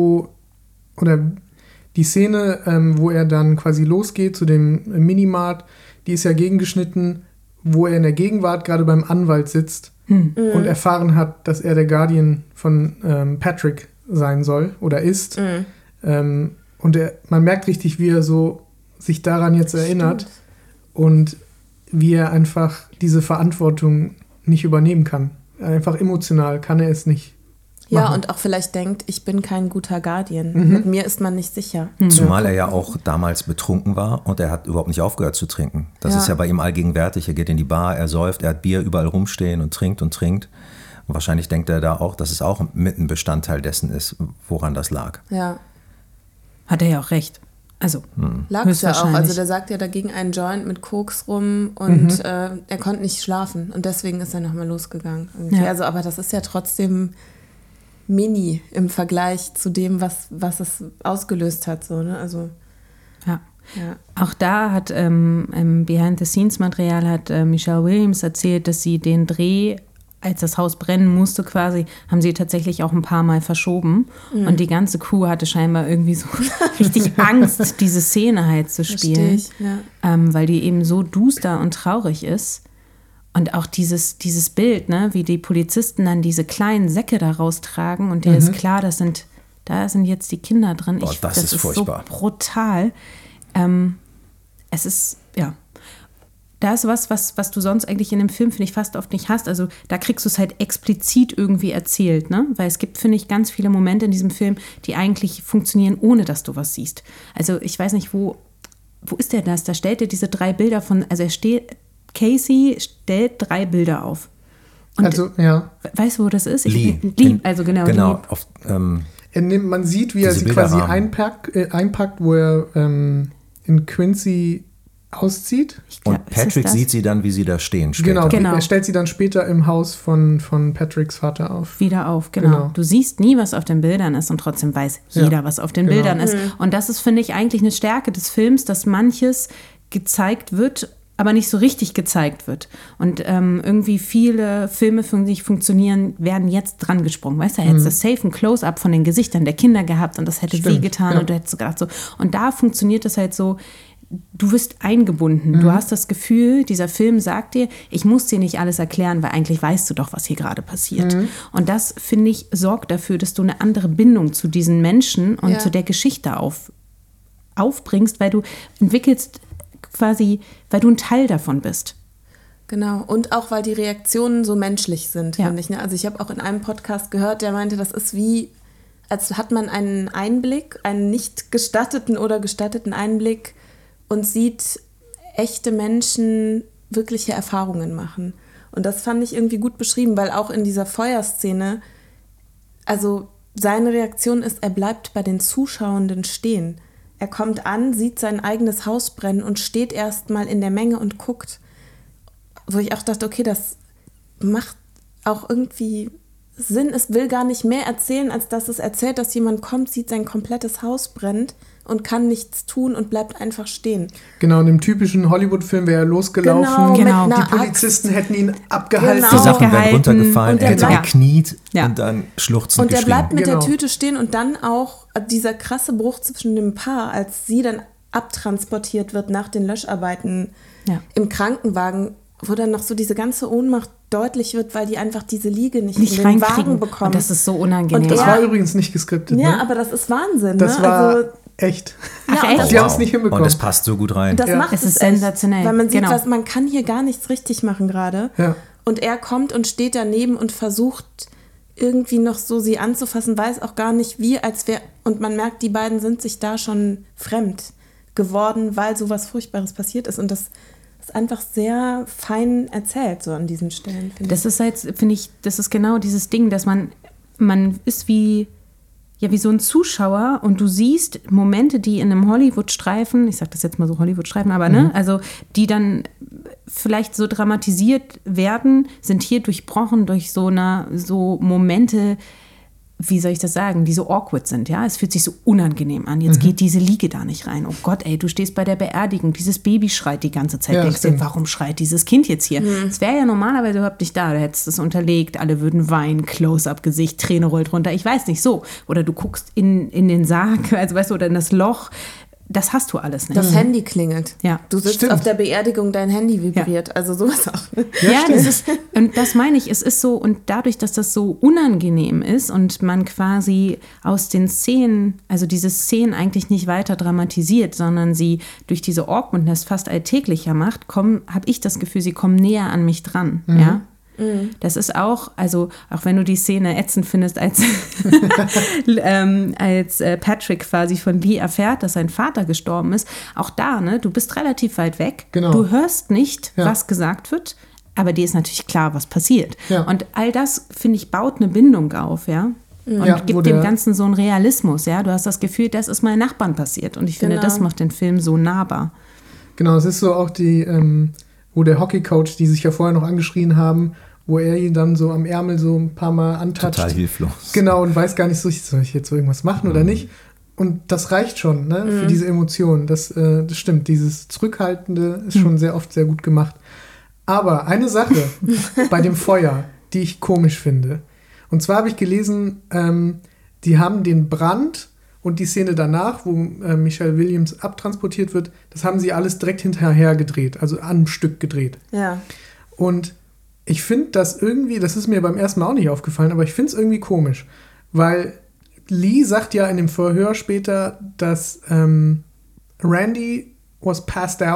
S4: die Szene, wo er dann quasi losgeht zu dem Minimart, die ist ja gegengeschnitten, wo er in der Gegenwart gerade beim Anwalt sitzt und erfahren hat, dass er der Guardian von Patrick sein soll oder ist. Und man merkt richtig, wie er so sich daran jetzt erinnert und wie er einfach diese Verantwortung nicht übernehmen kann. Einfach emotional kann er es nicht machen.
S2: Ja, und auch vielleicht denkt, ich bin kein guter Guardian. Mit mir ist man nicht sicher.
S1: Zumal er ja auch damals betrunken war und er hat überhaupt nicht aufgehört zu trinken. Das ist ja bei ihm allgegenwärtig. Er geht in die Bar, er säuft, er hat Bier überall rumstehen und trinkt und trinkt. Und wahrscheinlich denkt er da auch, dass es auch mit ein Bestandteil dessen ist, woran das lag.
S2: Ja.
S3: Hat er ja auch recht. Also,
S2: Lag es ja auch. Also der sagt ja dagegen einen Joint mit Koks rum und er konnte nicht schlafen. Und deswegen ist er nochmal losgegangen. Ja. Also, aber das ist ja trotzdem mini im Vergleich zu dem, was es ausgelöst hat. So, ne? Also,
S3: ja. Auch da hat im Behind-the-Scenes-Material hat Michelle Williams erzählt, dass sie den Dreh, als das Haus brennen musste quasi, haben sie tatsächlich auch ein paar Mal verschoben. Und die ganze Crew hatte scheinbar irgendwie so richtig Angst, diese Szene halt zu spielen.
S2: Verstehe ich,
S3: weil die eben so duster und traurig ist. Und auch dieses Bild, ne, wie die Polizisten dann diese kleinen Säcke da raustragen und dir ist klar, da sind jetzt die Kinder drin.
S1: Boah, das ist furchtbar.
S3: So brutal. Es ist, ja. da ist was du sonst eigentlich in dem Film, finde ich, fast oft nicht hast. Also da kriegst du es halt explizit irgendwie erzählt, ne? Weil es gibt, finde ich, ganz viele Momente in diesem Film, die eigentlich funktionieren, ohne dass du was siehst. Also ich weiß nicht, wo ist der das? Da stellt er diese 3 Bilder Casey stellt 3 Bilder auf. Und
S4: also, ja.
S3: Weißt du, wo das ist?
S1: Lee.
S3: Also genau.
S1: Genau.
S4: Man sieht, wie er sie quasi einpackt, wo er in Quincy auszieht.
S1: Und Patrick sieht sie dann, wie sie da stehen.
S4: Genau. Er stellt sie dann später im Haus von Patricks Vater auf.
S3: Wieder auf, genau. Du siehst nie, was auf den Bildern ist und trotzdem weiß jeder, was auf den Bildern ist. Und das ist, finde ich, eigentlich eine Stärke des Films, dass manches gezeigt wird, aber nicht so richtig gezeigt wird. Und irgendwie viele Filme, für die funktionieren, werden jetzt dran gesprungen. Weißt du, er hätte das safe ein Close-up von den Gesichtern der Kinder gehabt und das hätte wehgetan und du hättest gedacht so. Und da funktioniert das halt so, du wirst eingebunden. Du hast das Gefühl, dieser Film sagt dir, ich muss dir nicht alles erklären, weil eigentlich weißt du doch, was hier gerade passiert. Und das, finde ich, sorgt dafür, dass du eine andere Bindung zu diesen Menschen und zu der Geschichte aufbringst, weil du entwickelst quasi, weil du ein Teil davon bist.
S2: Genau, und auch, weil die Reaktionen so menschlich sind, finde ich. Ne? Also ich habe auch in einem Podcast gehört, der meinte, das ist wie, als hat man einen Einblick, einen nicht gestatteten oder gestatteten Einblick und sieht echte Menschen wirkliche Erfahrungen machen. Und das fand ich irgendwie gut beschrieben, weil auch in dieser Feuerszene, also seine Reaktion ist, er bleibt bei den Zuschauenden stehen. Er kommt an, sieht sein eigenes Haus brennen und steht erstmal in der Menge und guckt. Wo ich auch dachte, okay, das macht auch irgendwie Sinn. Es will gar nicht mehr erzählen, als dass es erzählt, dass jemand kommt, sieht, sein komplettes Haus brennt und kann nichts tun und bleibt einfach stehen.
S4: Genau, in dem typischen Hollywood-Film wäre er losgelaufen.
S3: Genau.
S4: Die Polizisten hätten ihn abgehalten.
S1: Die Sachen wären runtergefallen, er hätte gekniet
S3: Ja.
S1: und dann schluchzend
S2: Und der
S1: geschrien.
S2: bleibt mit der Tüte stehen und dann auch dieser krasse Bruch zwischen dem Paar, als sie dann abtransportiert wird nach den Löscharbeiten im Krankenwagen, wo dann noch so diese ganze Ohnmacht deutlich wird, weil die einfach diese Liege nicht in den Wagen bekommen.
S3: Und das ist so unangenehm.
S2: Und
S4: Das war übrigens nicht geskriptet.
S2: Ja,
S4: ne?
S2: aber das ist Wahnsinn.
S4: Das
S2: ne?
S4: war
S2: also,
S4: echt.
S3: Ach,
S2: Ja,
S3: echt?
S4: Die haben es nicht hinbekommen.
S1: Und es passt so gut rein.
S2: das macht
S3: Es ist
S2: echt,
S3: sensationell.
S2: Weil man sieht,
S3: Genau.
S2: man kann hier gar nichts richtig machen gerade.
S4: Ja.
S2: Und er kommt und steht daneben und versucht irgendwie noch so sie anzufassen, weiß auch gar nicht wie, als wäre, und man merkt, die beiden sind sich da schon fremd geworden, weil sowas Furchtbares passiert ist. Und das ist einfach sehr fein erzählt, so an diesen Stellen, finde ich.
S3: Das ist halt, finde ich, das ist genau dieses Ding, dass man ist wie so ein Zuschauer und du siehst Momente, die in einem Hollywood-Streifen, ich sag das jetzt mal so Hollywood-Streifen, aber ne, also die dann vielleicht so dramatisiert werden, sind hier durchbrochen durch so Momente, wie soll ich das sagen, die so awkward sind, ja, es fühlt sich so unangenehm an, jetzt geht diese Liege da nicht rein, oh Gott, ey, du stehst bei der Beerdigung, dieses Baby schreit die ganze Zeit, denkst dir, warum schreit dieses Kind jetzt hier? Es wäre ja normalerweise überhaupt nicht da, du hättest es unterlegt, alle würden weinen, Close-up-Gesicht, Träne rollt runter, ich weiß nicht, so, oder du guckst in den Sarg, also weißt du, oder in das Loch, das hast du alles nicht.
S2: Das Handy klingelt.
S3: Ja.
S2: Du sitzt auf der Beerdigung, dein Handy vibriert. Also sowas auch. Ne?
S3: Ja, das ist, und das meine ich, es ist so, und dadurch, dass das so unangenehm ist und man quasi aus den Szenen, also diese Szenen eigentlich nicht weiter dramatisiert, sondern sie durch diese Awkwardness fast alltäglicher macht, habe ich das Gefühl, sie kommen näher an mich dran, ja. Das ist auch, also auch wenn du die Szene ätzend findest, als Patrick quasi von Lee erfährt, dass sein Vater gestorben ist, auch da, ne, du bist relativ weit weg, du hörst nicht, was gesagt wird, aber dir ist natürlich klar, was passiert. Ja. Und all das, finde ich, baut eine Bindung auf, ja. Und gibt dem Ganzen so einen Realismus, ja. Du hast das Gefühl, das ist meinen Nachbarn passiert. Und ich finde, das macht den Film so nahbar.
S4: Genau, es ist so auch die, wo der Hockeycoach, die sich ja vorher noch angeschrien haben, wo er ihn dann so am Ärmel so ein paar Mal antatscht.
S1: Total hilflos.
S4: Genau, und weiß gar nicht so, soll ich jetzt so irgendwas machen oder nicht? Und das reicht schon, ne, für diese Emotionen. Das stimmt, dieses Zurückhaltende ist schon sehr oft sehr gut gemacht. Aber eine Sache bei dem Feuer, die ich komisch finde. Und zwar habe ich gelesen, die haben den Brand und die Szene danach, wo Michelle Williams abtransportiert wird, das haben sie alles direkt hinterher gedreht, also an einem Stück gedreht.
S2: Ja.
S4: Und ich finde das irgendwie, das ist mir beim ersten Mal auch nicht aufgefallen, aber ich finde es irgendwie komisch, weil Lee sagt ja in dem Verhör später, dass Randy was passed out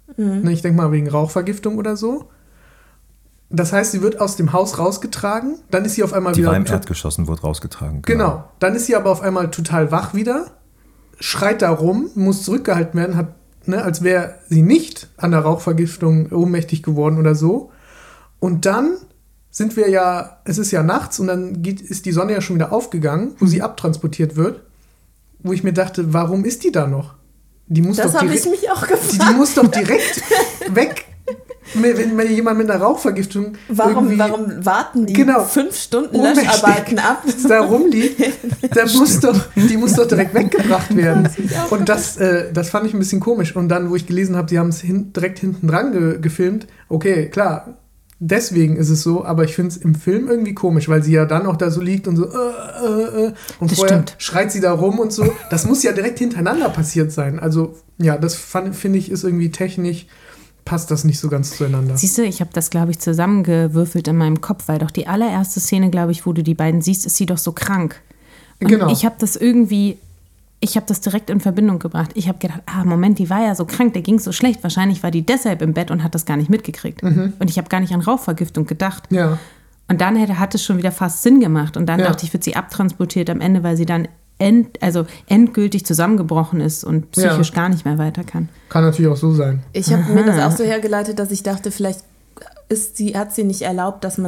S4: Ne, ich denke mal wegen Rauchvergiftung oder so. Das heißt, sie wird aus dem Haus rausgetragen, dann ist sie auf einmal
S1: Die
S4: wieder...
S1: war im Erdgeschoss und wurde rausgetragen.
S4: Genau. Dann ist sie aber auf einmal total wach wieder, schreit da rum, muss zurückgehalten werden, als wäre sie nicht an der Rauchvergiftung ohnmächtig geworden oder so. Und dann es ist ja nachts und dann ist die Sonne ja schon wieder aufgegangen, wo sie abtransportiert wird, wo ich mir dachte, warum ist die da noch?
S2: Das habe ich mich auch gefragt.
S4: Die muss doch direkt weg. Wenn jemand mit einer Rauchvergiftung
S2: Warum warten die 5 Stunden Löscharbeiten ab?
S4: Da rumliegt, die muss doch direkt weggebracht werden. Und das fand ich ein bisschen komisch. Und dann, wo ich gelesen habe, die haben es direkt hinten dran gefilmt. Okay, klar, deswegen ist es so, aber ich finde es im Film irgendwie komisch, weil sie ja dann auch da so liegt und so und das vorher schreit sie da rum und so. Das muss ja direkt hintereinander passiert sein. Also ja, das finde ich ist irgendwie technisch passt das nicht so ganz zueinander.
S3: Siehst du, ich habe das, glaube ich, zusammengewürfelt in meinem Kopf, weil doch die allererste Szene, glaube ich, wo du die beiden siehst, ist sie doch so krank. Und
S4: genau.
S3: Ich habe das direkt in Verbindung gebracht. Ich habe gedacht, Moment, die war ja so krank, der ging so schlecht. Wahrscheinlich war die deshalb im Bett und hat das gar nicht mitgekriegt. Und ich habe gar nicht an Rauchvergiftung gedacht.
S4: Ja.
S3: Und dann hat es schon wieder fast Sinn gemacht. Und dann dachte ich, wird sie abtransportiert am Ende, weil sie dann endgültig zusammengebrochen ist und psychisch gar nicht mehr weiter kann.
S4: Kann natürlich auch so sein.
S2: Ich habe mir das auch so hergeleitet, dass ich dachte, vielleicht hat sie nicht erlaubt, dass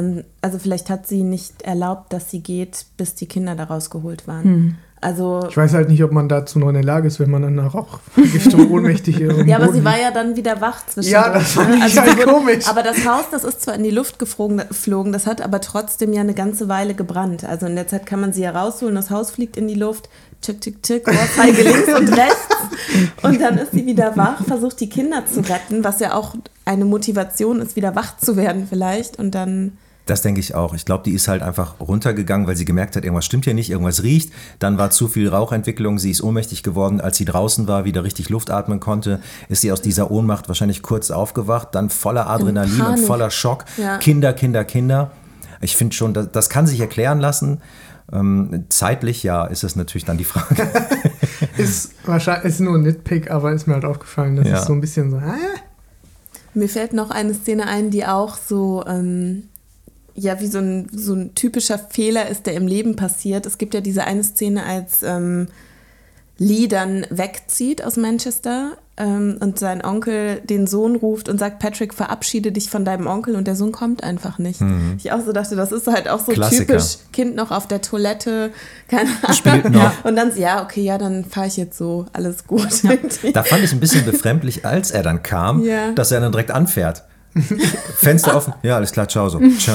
S2: sie geht, bis die Kinder da rausgeholt waren. Also,
S4: ich weiß halt nicht, ob man dazu noch in der Lage ist, wenn man an einer Rauchvergiftung ohnmächtig ist.
S2: Ja, aber sie war ja dann wieder wach zwischendurch.
S4: Ja, das fand ich halt komisch.
S2: Aber das Haus, das ist zwar in die Luft geflogen, das hat aber trotzdem ja eine ganze Weile gebrannt. Also in der Zeit kann man sie ja rausholen, das Haus fliegt in die Luft, tschick, tschick, tschick, Ohrfeige links und rechts. Und dann ist sie wieder wach, versucht die Kinder zu retten, was ja auch eine Motivation ist, wieder wach zu werden vielleicht. Und dann...
S1: Das denke ich auch. Ich glaube, die ist halt einfach runtergegangen, weil sie gemerkt hat, irgendwas stimmt hier nicht, irgendwas riecht. Dann war zu viel Rauchentwicklung, sie ist ohnmächtig geworden. Als sie draußen war, wieder richtig Luft atmen konnte, ist sie aus dieser Ohnmacht wahrscheinlich kurz aufgewacht, dann voller Adrenalin und voller Schock. Ja. Kinder. Ich finde schon, das kann sich erklären lassen. Zeitlich, ja, ist es natürlich dann die Frage.
S4: Ist nur ein Nitpick, aber ist mir halt aufgefallen, dass es so ein bisschen so...
S2: Mir fällt noch eine Szene ein, die auch so... wie so ein typischer Fehler ist, der im Leben passiert. Es gibt ja diese eine Szene, als Lee dann wegzieht aus Manchester und sein Onkel den Sohn ruft und sagt, Patrick, verabschiede dich von deinem Onkel, und der Sohn kommt einfach nicht. Ich auch so dachte, das ist halt auch so
S1: Klassiker.
S2: Typisch, Kind noch auf der Toilette, keine Ahnung.
S1: Spielt noch.
S2: Und dann, dann fahre ich jetzt so, alles gut.
S1: Ja. Da fand ich ein bisschen befremdlich, als er dann kam, dass er dann direkt anfährt. Fenster offen, ja, alles klar, ciao. So. Ciao.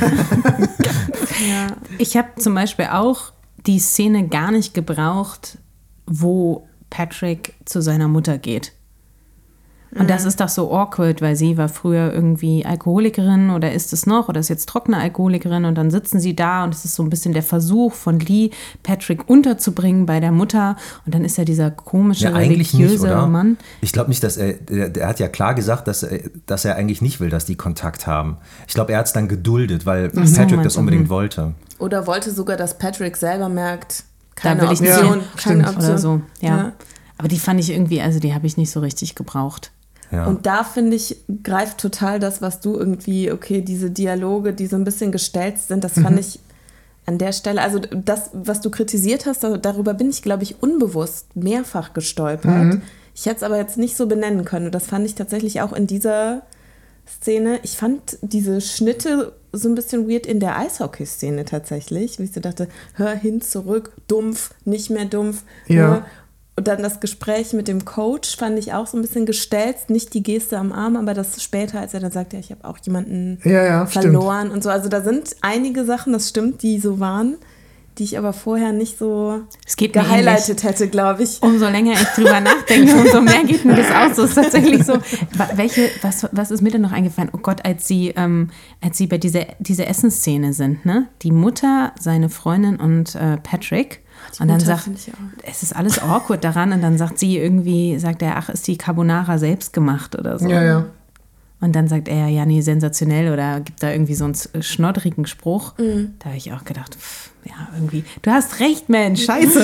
S3: Ja. Ich habe zum Beispiel auch die Szene gar nicht gebraucht, wo Patrick zu seiner Mutter geht. Und das ist doch so awkward, weil sie war früher irgendwie Alkoholikerin oder ist es noch oder ist jetzt trockene Alkoholikerin, und dann sitzen sie da und es ist so ein bisschen der Versuch von Lee, Patrick unterzubringen bei der Mutter, und dann ist er dieser komische, religiöse Mann.
S1: Ich glaube nicht, dass der hat ja klar gesagt, dass er eigentlich nicht will, dass die Kontakt haben. Ich glaube, er hat es dann geduldet, weil Patrick das unbedingt wollte.
S2: Oder wollte sogar, dass Patrick selber merkt, keine
S3: da will
S2: Option,
S3: ich keine Option oder so. Ja. Aber die fand ich irgendwie, die habe ich nicht so richtig gebraucht.
S1: Ja.
S2: Und da, finde ich, greift total das, was du irgendwie, diese Dialoge, die so ein bisschen gestellt sind, das fand ich an der Stelle, also das, was du kritisiert hast, darüber bin ich, glaube ich, unbewusst mehrfach gestolpert. Ich hätte es aber jetzt nicht so benennen können. Und das fand ich tatsächlich auch in dieser Szene. Ich fand diese Schnitte so ein bisschen weird in der Eishockey-Szene tatsächlich, wie ich so dachte, hör hin, zurück, dumpf, nicht mehr dumpf,
S4: ja.
S2: Und dann das Gespräch mit dem Coach fand ich auch so ein bisschen gestelzt, nicht die Geste am Arm, aber das später, als er dann sagt, ich habe auch jemanden verloren
S4: stimmt.
S2: und so. Also da sind einige Sachen, das stimmt, die so waren, die ich aber vorher nicht so gehighlightet hätte, glaube ich.
S3: Umso länger ich drüber nachdenke, umso mehr geht mir das auch so. Es ist tatsächlich so, was ist mir denn noch eingefallen? Oh Gott, als sie bei dieser Essensszene sind, ne? Die Mutter, seine Freundin und Patrick. Und dann es ist alles awkward daran, und dann sagt er, ist die Carbonara selbst gemacht oder so.
S4: Ja.
S3: Und dann sagt er, ja, nee, sensationell oder gibt da irgendwie so einen schnoddrigen Spruch. Da habe ich auch gedacht, ja, irgendwie, du hast recht, Mensch, scheiße.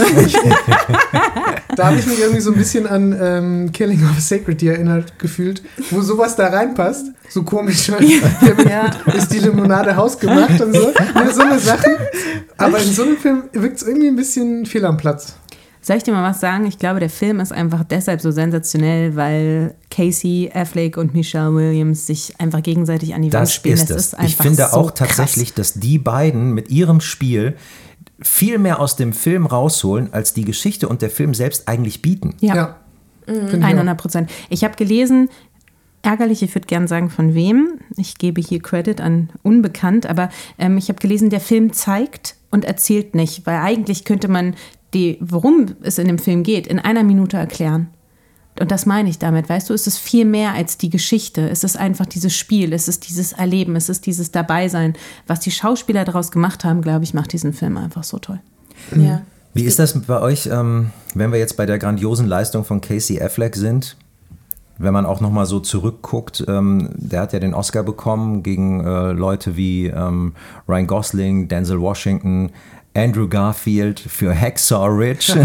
S4: Da habe ich mich irgendwie so ein bisschen an Killing of a Sacred Deer erinnert gefühlt, wo sowas da reinpasst. So komisch. Ist die Limonade hausgemacht und so. Ja, so eine Sache. Aber in so einem Film wirkt es irgendwie ein bisschen fehl am Platz.
S3: Soll ich dir mal was sagen? Ich glaube, der Film ist einfach deshalb so sensationell, weil Casey Affleck und Michelle Williams sich einfach gegenseitig an die Wand spielen.
S1: Das ist es. Ich finde auch tatsächlich, dass die beiden mit ihrem Spiel viel mehr aus dem Film rausholen, als die Geschichte und der Film selbst eigentlich bieten.
S3: Ja. 100%. Ich habe gelesen, ärgerlich, ich würde gerne sagen, von wem. Ich gebe hier Credit an Unbekannt, aber ich habe gelesen, der Film zeigt und erzählt nicht, weil eigentlich könnte man worum es in dem Film geht, in einer Minute erklären. Und das meine ich damit, weißt du, es ist viel mehr als die Geschichte. Es ist einfach dieses Spiel, es ist dieses Erleben, es ist dieses Dabeisein. Was die Schauspieler daraus gemacht haben, glaube ich, macht diesen Film einfach so toll.
S2: Ja.
S1: Wie ist das bei euch, wenn wir jetzt bei der grandiosen Leistung von Casey Affleck sind? Wenn man auch nochmal so zurückguckt, der hat ja den Oscar bekommen gegen Leute wie Ryan Gosling, Denzel Washington, Andrew Garfield für Hacksaw Ridge,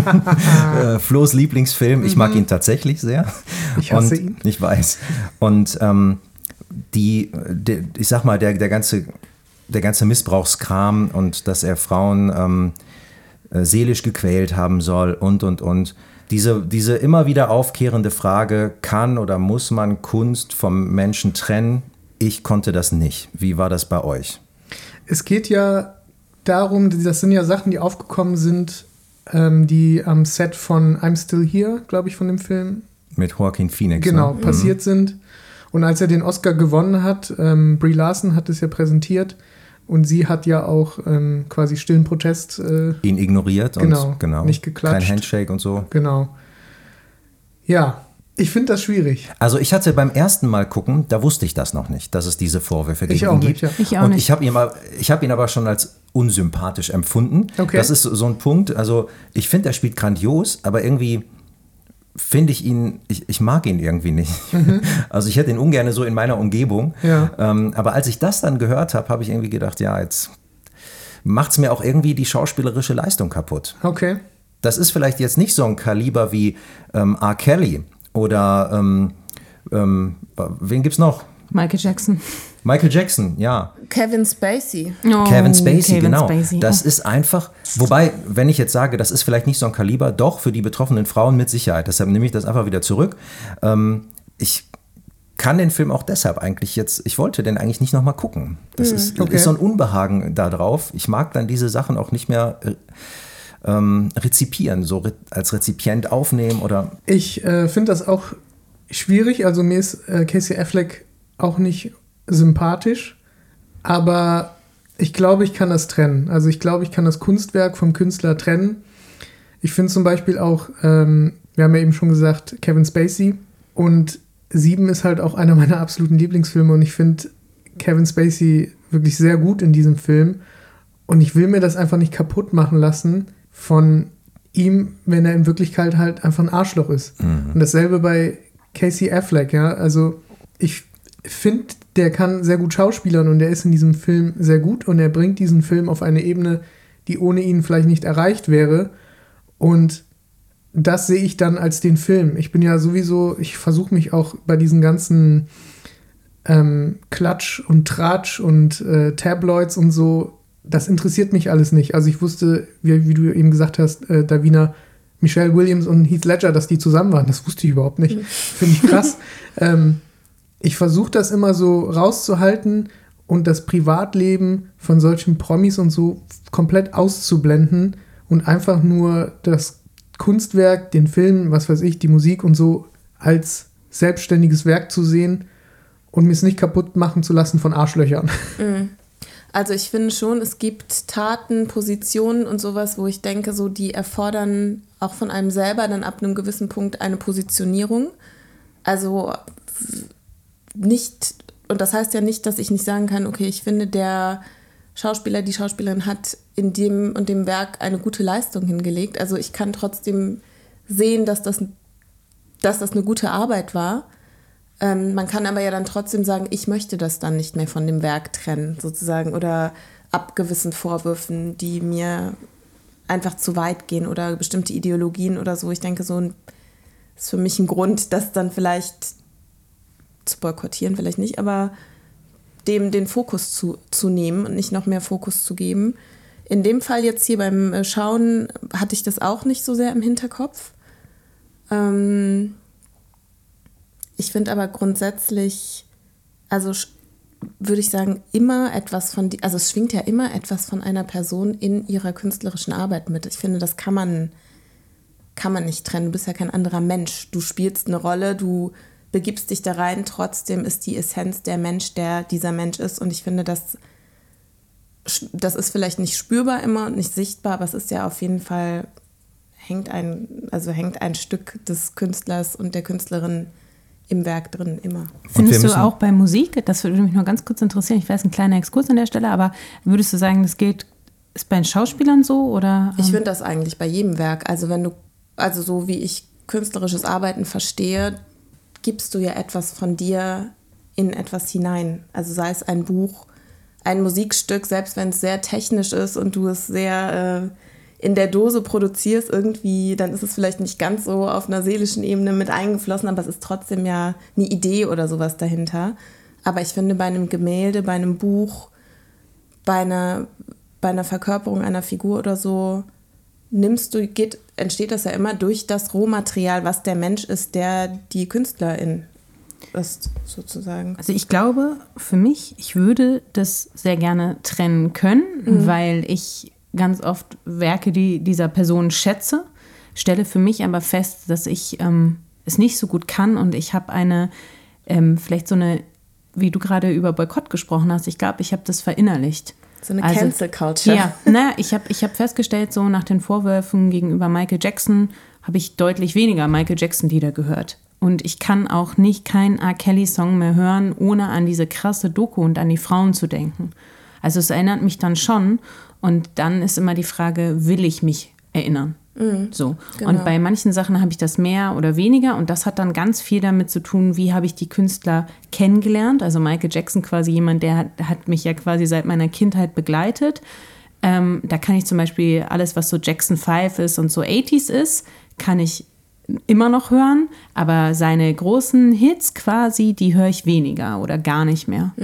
S1: Flo's Lieblingsfilm. Ich mag ihn tatsächlich sehr.
S4: Ich hasse ihn.
S1: Ich weiß. Und ich sag mal, der ganze Missbrauchskram und dass er Frauen seelisch gequält haben soll und. Diese immer wieder aufkehrende Frage, kann oder muss man Kunst vom Menschen trennen? Ich konnte das nicht. Wie war das bei euch?
S4: Es geht ja darum, das sind ja Sachen, die aufgekommen sind, die am Set von I'm Still Here, glaube ich, von dem Film.
S1: Mit Joaquin Phoenix.
S4: Genau, passiert sind. Und als er den Oscar gewonnen hat, Brie Larson hat es ja präsentiert und sie hat ja auch quasi stillen Protest
S1: ihn ignoriert und
S4: nicht geklatscht.
S1: Kein Handshake und so.
S4: Genau. Ja, ich finde das schwierig.
S1: Also ich hatte beim ersten Mal gucken, da wusste ich das noch nicht, dass es diese Vorwürfe gegen ihn gibt.
S4: Ja.
S3: Ich auch
S1: und
S3: nicht.
S1: Ich habe ihn aber schon als unsympathisch empfunden.
S4: Okay.
S1: Das ist so ein Punkt, also ich finde, er spielt grandios, aber irgendwie finde ich ihn, ich mag ihn irgendwie nicht. Also ich hätte ihn ungern so in meiner Umgebung.
S4: Ja.
S1: Aber als ich das dann gehört habe, habe ich irgendwie gedacht, ja, jetzt macht es mir auch irgendwie die schauspielerische Leistung kaputt.
S4: Okay.
S1: Das ist vielleicht jetzt nicht so ein Kaliber wie R. Kelly oder wen gibt's noch?
S3: Michael Jackson.
S1: Michael Jackson, ja.
S2: Kevin Spacey.
S3: Oh,
S1: Kevin Spacey, genau.
S3: Spacey.
S1: Das ist einfach, wobei, wenn ich jetzt sage, das ist vielleicht nicht so ein Kaliber, doch für die betroffenen Frauen mit Sicherheit. Deshalb nehme ich das einfach wieder zurück. Ich kann den Film auch deshalb eigentlich ich wollte den eigentlich nicht nochmal gucken. Das ist so ein Unbehagen da drauf. Ich mag dann diese Sachen auch nicht mehr rezipieren, so als Rezipient aufnehmen oder.
S4: Ich finde das auch schwierig. Also mir ist Casey Affleck auch nicht sympathisch, aber ich glaube, ich kann das trennen. Also ich glaube, ich kann das Kunstwerk vom Künstler trennen. Ich finde zum Beispiel auch, wir haben ja eben schon gesagt, Kevin Spacey und 7 ist halt auch einer meiner absoluten Lieblingsfilme und ich finde Kevin Spacey wirklich sehr gut in diesem Film und ich will mir das einfach nicht kaputt machen lassen von ihm, wenn er in Wirklichkeit halt einfach ein Arschloch ist. Und dasselbe bei Casey Affleck, ja, also ich finde, der kann sehr gut schauspielern und der ist in diesem Film sehr gut und er bringt diesen Film auf eine Ebene, die ohne ihn vielleicht nicht erreicht wäre und das sehe ich dann als den Film. Ich bin ja sowieso, ich versuche mich auch bei diesen ganzen Klatsch und Tratsch und Tabloids und so, das interessiert mich alles nicht. Also ich wusste, wie du eben gesagt hast, Davina, Michelle Williams und Heath Ledger, dass die zusammen waren, das wusste ich überhaupt nicht. Finde ich krass. Ich versuche das immer so rauszuhalten und das Privatleben von solchen Promis und so komplett auszublenden und einfach nur das Kunstwerk, den Film, was weiß ich, die Musik und so als selbstständiges Werk zu sehen und mir es nicht kaputt machen zu lassen von Arschlöchern.
S2: Also ich finde schon, es gibt Taten, Positionen und sowas, wo ich denke, so die erfordern auch von einem selber dann ab einem gewissen Punkt eine Positionierung. Also nicht, und das heißt ja nicht, dass ich nicht sagen kann, okay, ich finde, der Schauspieler, die Schauspielerin hat in dem und dem Werk eine gute Leistung hingelegt. Also ich kann trotzdem sehen, dass das eine gute Arbeit war. Man kann aber ja dann trotzdem sagen, ich möchte das dann nicht mehr von dem Werk trennen, sozusagen, oder ab gewissen Vorwürfen, die mir einfach zu weit gehen oder bestimmte Ideologien oder so. Ich denke, so ist für mich ein Grund, das dann vielleicht zu boykottieren, vielleicht nicht, aber dem den Fokus zu nehmen und nicht noch mehr Fokus zu geben. In dem Fall jetzt hier beim Schauen hatte ich das auch nicht so sehr im Hinterkopf. Ich finde aber grundsätzlich, also würde ich sagen, immer etwas also es schwingt ja immer etwas von einer Person in ihrer künstlerischen Arbeit mit. Ich finde, das kann man nicht trennen. Du bist ja kein anderer Mensch. Du spielst eine Rolle, du begibst dich da rein, trotzdem ist die Essenz der Mensch, der dieser Mensch ist. Und ich finde, das ist vielleicht nicht spürbar immer und nicht sichtbar, aber es ist ja auf jeden Fall, hängt ein Stück des Künstlers und der Künstlerin im Werk drin, immer.
S3: Findest du auch bei Musik, das würde mich nur ganz kurz interessieren, ich weiß, ein kleiner Exkurs an der Stelle, aber würdest du sagen, ist bei den Schauspielern so? Oder?
S2: Ich finde das eigentlich bei jedem Werk. Also so wie ich künstlerisches Arbeiten verstehe, gibst du ja etwas von dir in etwas hinein. Also sei es ein Buch, ein Musikstück, selbst wenn es sehr technisch ist und du es sehr in der Dose produzierst irgendwie, dann ist es vielleicht nicht ganz so auf einer seelischen Ebene mit eingeflossen, aber es ist trotzdem ja eine Idee oder sowas dahinter. Aber ich finde, bei einem Gemälde, bei einem Buch, bei einer Verkörperung einer Figur oder so, entsteht das ja immer durch das Rohmaterial, was der Mensch ist, der die Künstlerin ist, sozusagen.
S3: Also ich glaube, für mich, ich würde das sehr gerne trennen können, weil ich ganz oft Werke dieser Person schätze, stelle für mich aber fest, dass ich es nicht so gut kann und ich habe vielleicht so eine, wie du gerade über Boykott gesprochen hast, ich glaube, ich habe das verinnerlicht.
S2: So eine Cancel Culture.
S3: Ja, ich habe festgestellt, so nach den Vorwürfen gegenüber Michael Jackson habe ich deutlich weniger Michael Jackson-Lieder gehört. Und ich kann auch keinen R. Kelly-Song mehr hören, ohne an diese krasse Doku und an die Frauen zu denken. Also es erinnert mich dann schon. Und dann ist immer die Frage, will ich mich erinnern? So. Genau. Und bei manchen Sachen habe ich das mehr oder weniger. Und das hat dann ganz viel damit zu tun, wie habe ich die Künstler kennengelernt. Also Michael Jackson quasi jemand, der hat mich ja quasi seit meiner Kindheit begleitet. Da kann ich zum Beispiel alles, was so Jackson 5 ist und so 80s ist, kann ich immer noch hören. Aber seine großen Hits quasi, die höre ich weniger oder gar nicht mehr.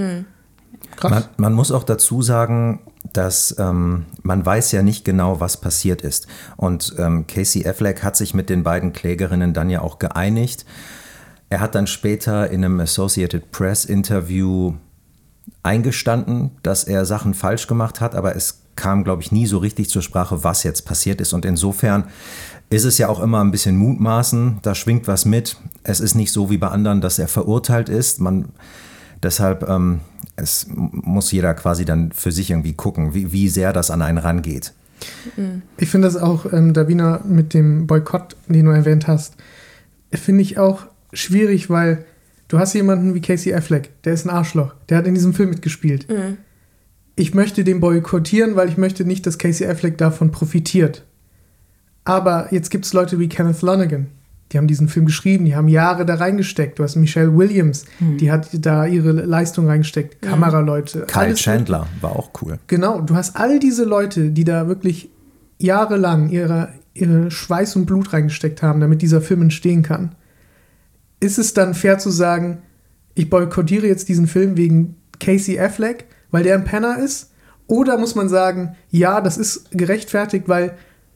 S1: Man muss auch dazu sagen, dass man weiß ja nicht genau, was passiert ist. Und Casey Affleck hat sich mit den beiden Klägerinnen dann ja auch geeinigt. Er hat dann später in einem Associated Press Interview eingestanden, dass er Sachen falsch gemacht hat, aber es kam, glaube ich, nie so richtig zur Sprache, was jetzt passiert ist. Und insofern ist es ja auch immer ein bisschen Mutmaßen, da schwingt was mit. Es ist nicht so wie bei anderen, dass er verurteilt ist. Deshalb es muss jeder quasi dann für sich irgendwie gucken, wie sehr das an einen rangeht.
S4: Ich finde das auch, Davina, mit dem Boykott, den du erwähnt hast, finde ich auch schwierig, weil du hast jemanden wie Casey Affleck, der ist ein Arschloch, der hat in diesem Film mitgespielt. Ich möchte den boykottieren, weil ich möchte nicht, dass Casey Affleck davon profitiert. Aber jetzt gibt es Leute wie Kenneth Lonergan, die haben diesen Film geschrieben, die haben Jahre da reingesteckt. Du hast Michelle Williams, die hat da ihre Leistung reingesteckt. Kameraleute.
S1: Kyle Chandler war auch cool.
S4: Genau, du hast all diese Leute, die da wirklich jahrelang ihre Schweiß und Blut reingesteckt haben, damit dieser Film entstehen kann. Ist es dann fair zu sagen, ich boykottiere jetzt diesen Film wegen Casey Affleck, weil der ein Penner ist? Oder muss man sagen, ja, das ist gerechtfertigt, weil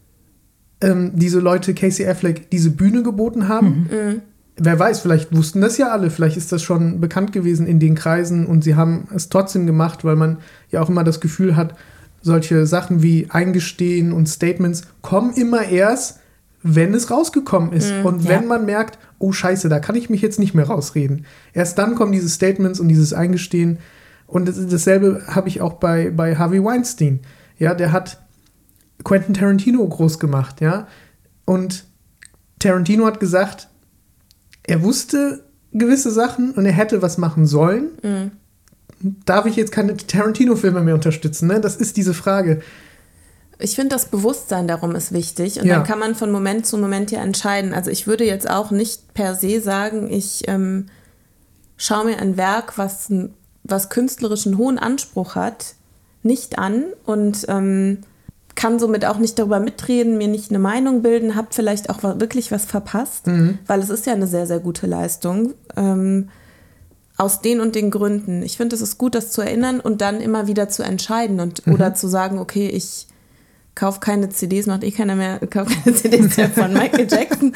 S4: diese Leute Casey Affleck diese Bühne geboten haben? Wer weiß, vielleicht wussten das ja alle, vielleicht ist das schon bekannt gewesen in den Kreisen und sie haben es trotzdem gemacht, weil man ja auch immer das Gefühl hat, solche Sachen wie Eingestehen und Statements kommen immer erst, wenn es rausgekommen ist. Und wenn man merkt, oh Scheiße, da kann ich mich jetzt nicht mehr rausreden. Erst dann kommen diese Statements und dieses Eingestehen. Und dasselbe habe ich auch bei Harvey Weinstein. Ja, der hat Quentin Tarantino groß gemacht, ja. Und Tarantino hat gesagt, er wusste gewisse Sachen und er hätte was machen sollen. Darf ich jetzt keine Tarantino-Filme mehr unterstützen? Ne? Das ist diese Frage.
S2: Ich finde, das Bewusstsein darum ist wichtig. Und dann kann man von Moment zu Moment ja entscheiden. Also ich würde jetzt auch nicht per se sagen, ich schaue mir ein Werk, was künstlerischen hohen Anspruch hat, nicht an und kann somit auch nicht darüber mitreden, mir nicht eine Meinung bilden, habe vielleicht auch wirklich was verpasst, weil es ist ja eine sehr, sehr gute Leistung. Aus den und den Gründen. Ich finde, es ist gut, das zu erinnern und dann immer wieder zu entscheiden oder zu sagen, okay, ich kaufe keine CDs, macht keiner mehr, kaufe keine CDs mehr von Michael Jackson,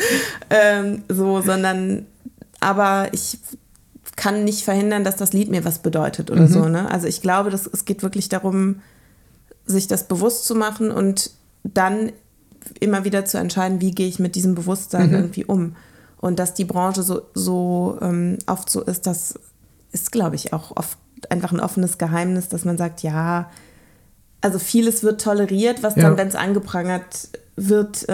S2: aber ich kann nicht verhindern, dass das Lied mir was bedeutet oder so. Ne? Also ich glaube, es geht wirklich darum, sich das bewusst zu machen und dann immer wieder zu entscheiden, wie gehe ich mit diesem Bewusstsein irgendwie um. Und dass die Branche so oft so ist, das ist, glaube ich, auch oft einfach ein offenes Geheimnis, dass man sagt, ja, also vieles wird toleriert, was dann, wenn es angeprangert wird,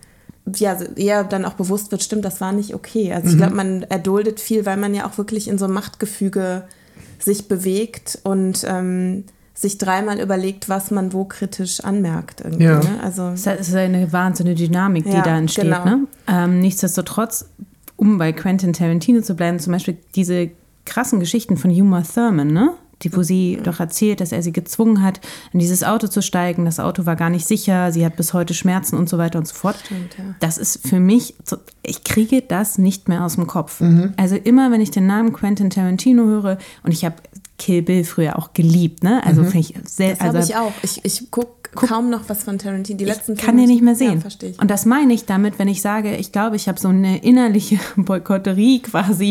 S2: eher dann auch bewusst wird, stimmt, das war nicht okay. Also ich glaube, man erduldet viel, weil man ja auch wirklich in so einem Machtgefüge sich bewegt und sich dreimal überlegt, was man wo kritisch anmerkt. Irgendwie, ne? Also,
S3: es ist eine wahnsinnige Dynamik, die da entsteht. Genau. Ne? Nichtsdestotrotz, um bei Quentin Tarantino zu bleiben, zum Beispiel diese krassen Geschichten von Uma Thurman, ne? Wo sie doch erzählt, dass er sie gezwungen hat, in dieses Auto zu steigen. Das Auto war gar nicht sicher, sie hat bis heute Schmerzen und so weiter und so fort.
S2: Stimmt, ja.
S3: Das ist für mich, ich kriege das nicht mehr aus dem Kopf. Also immer, wenn ich den Namen Quentin Tarantino höre, und ich habe Kill Bill früher auch geliebt, ne? Also finde ich sehr...
S2: Das habe ich auch. Ich guck kaum noch was von Tarantino. Die letzten
S3: ich kann den nicht mehr sehen.
S2: Ja, verstehe ich.
S3: Und das meine ich damit, wenn ich sage, ich glaube, ich habe so eine innerliche Boykotterie quasi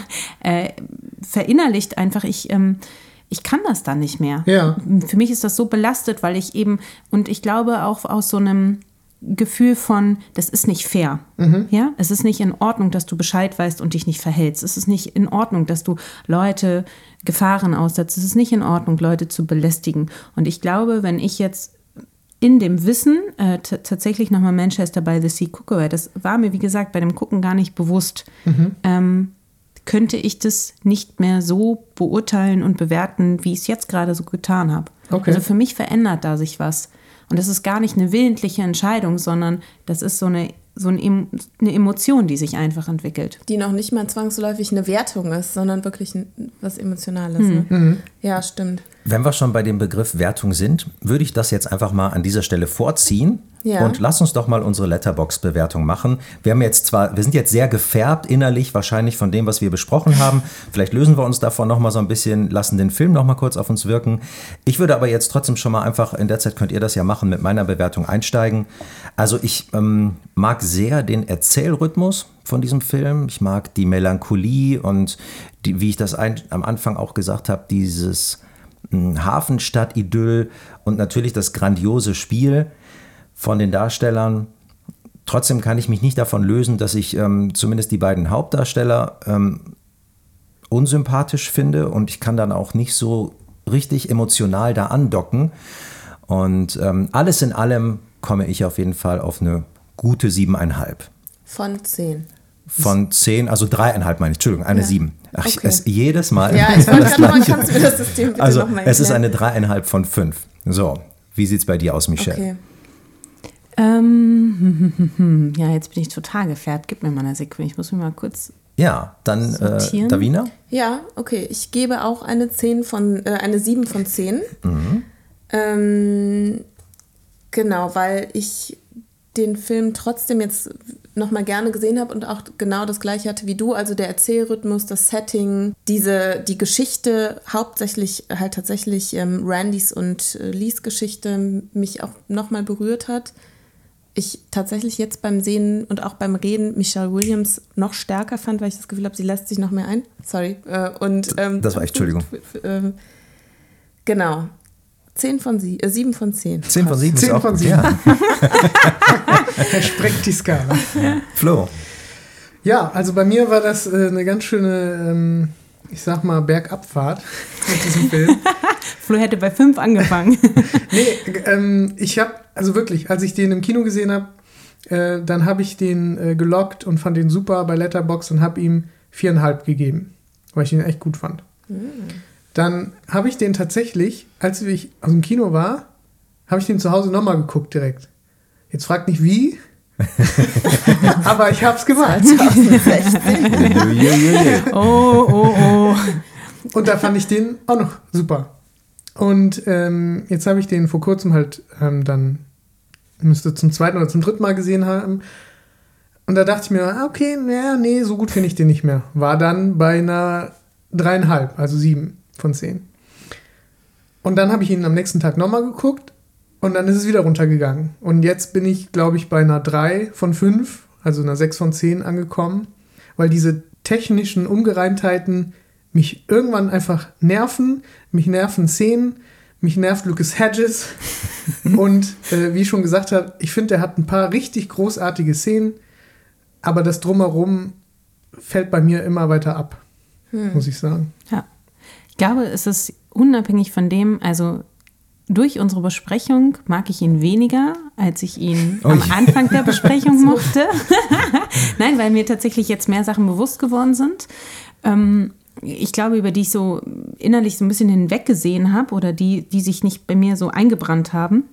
S3: verinnerlicht einfach. Ich kann das dann nicht mehr. Ja. Für mich ist das so belastet, weil ich eben, und ich glaube auch aus so einem Gefühl von, das ist nicht fair. Ja? Es ist nicht in Ordnung, dass du Bescheid weißt und dich nicht verhältst. Es ist nicht in Ordnung, dass du Leute Gefahren aussetzt. Es ist nicht in Ordnung, Leute zu belästigen. Und ich glaube, wenn ich jetzt in dem Wissen tatsächlich nochmal Manchester by the Sea gucke, weil das war mir, wie gesagt, bei dem Gucken gar nicht bewusst, könnte ich das nicht mehr so beurteilen und bewerten, wie ich es jetzt gerade so getan habe. Okay. Also für mich verändert da sich was. Und das ist gar nicht eine willentliche Entscheidung, sondern das ist so eine Emotion, die sich einfach entwickelt.
S2: Die noch nicht mal zwangsläufig eine Wertung ist, sondern wirklich was Emotionales. Ne? Ja, stimmt.
S1: Wenn wir schon bei dem Begriff Wertung sind, würde ich das jetzt einfach mal an dieser Stelle vorziehen. Ja. Und lass uns doch mal unsere Letterboxd-Bewertung machen. Wir sind jetzt sehr gefärbt innerlich, wahrscheinlich von dem, was wir besprochen haben. Vielleicht lösen wir uns davon noch mal so ein bisschen, lassen den Film noch mal kurz auf uns wirken. Ich würde aber jetzt trotzdem schon mal einfach, in der Zeit könnt ihr das ja machen, mit meiner Bewertung einsteigen. Also ich mag sehr den Erzählrhythmus von diesem Film. Ich mag die Melancholie und wie ich das am Anfang auch gesagt habe, dieses Hafenstadt-Idyll und natürlich das grandiose Spiel von den Darstellern. Trotzdem kann ich mich nicht davon lösen, dass ich zumindest die beiden Hauptdarsteller unsympathisch finde und ich kann dann auch nicht so richtig emotional da andocken. Und alles in allem komme ich auf jeden Fall auf eine gute 7,5.
S2: Von 10.
S1: Von 10, also 3,5 meine ich, Entschuldigung, eine 7. Ach,
S2: okay.
S1: Es jedes Mal.
S2: Ja, ich wollte gerade mal, kannst du mir das System bitte
S1: also,
S2: nochmal erklären?
S1: Es ist eine 3,5 von 5. So, wie sieht es bei dir aus, Michelle?
S2: Okay.
S3: Ja, jetzt bin ich total gefärbt. Gib mir mal eine Sekunde, ich muss mir mal kurz
S1: Ja, dann Davina?
S2: Ja, okay, ich gebe auch eine 7 von 10. Genau, weil ich den Film trotzdem jetzt nochmal gerne gesehen habe und auch genau das Gleiche hatte wie du, also der Erzählrhythmus, das Setting, die Geschichte, hauptsächlich halt tatsächlich Randys und Lees Geschichte mich auch nochmal berührt hat. Ich tatsächlich jetzt beim Sehen und auch beim Reden Michelle Williams noch stärker fand, weil ich das Gefühl habe, sie lässt sich noch mehr ein. Sorry.
S1: Das war echt, Entschuldigung.
S2: Genau. 7 von 10.
S1: 10 von 7 ist auch gut, ja.
S4: Er sprengt die Skala.
S1: Flo.
S4: Ja, also bei mir war das eine ganz schöne, ich sag mal, Bergabfahrt mit diesem Film.
S3: Flo hätte bei 5 angefangen.
S4: Nee, ich habe, also wirklich, als ich den im Kino gesehen habe, dann habe ich den geloggt und fand den super bei Letterboxd und habe ihm 4,5 gegeben, weil ich ihn echt gut fand. Dann habe ich den tatsächlich, als ich aus dem Kino war, habe ich den zu Hause nochmal geguckt direkt. Jetzt fragt nicht wie, aber ich habe es gemacht.
S2: 2016.
S4: Und da fand ich den auch noch super. Und jetzt habe ich den vor kurzem halt dann, müsste zum 2. oder zum 3. Mal gesehen haben. Und da dachte ich mir, okay, nee, so gut finde ich den nicht mehr. War dann bei einer 3,5, also 7 von 10. Und dann habe ich ihn am nächsten Tag nochmal geguckt und dann ist es wieder runtergegangen. Und jetzt bin ich, glaube ich, bei einer 3 von 5, also einer 6 von 10 angekommen, weil diese technischen Ungereimtheiten mich irgendwann einfach nerven. Mich nerven Szenen, mich nervt Lucas Hedges. Und wie ich schon gesagt habe, ich finde, er hat ein paar richtig großartige Szenen, aber das Drumherum fällt bei mir immer weiter ab, muss ich sagen.
S3: Ja, ich glaube, es ist unabhängig von dem, also durch unsere Besprechung mag ich ihn weniger, als ich ihn am Anfang der Besprechung mochte. Nein, weil mir tatsächlich jetzt mehr Sachen bewusst geworden sind. Ich glaube, über die ich so innerlich so ein bisschen hinweggesehen habe oder die sich nicht bei mir so eingebrannt haben.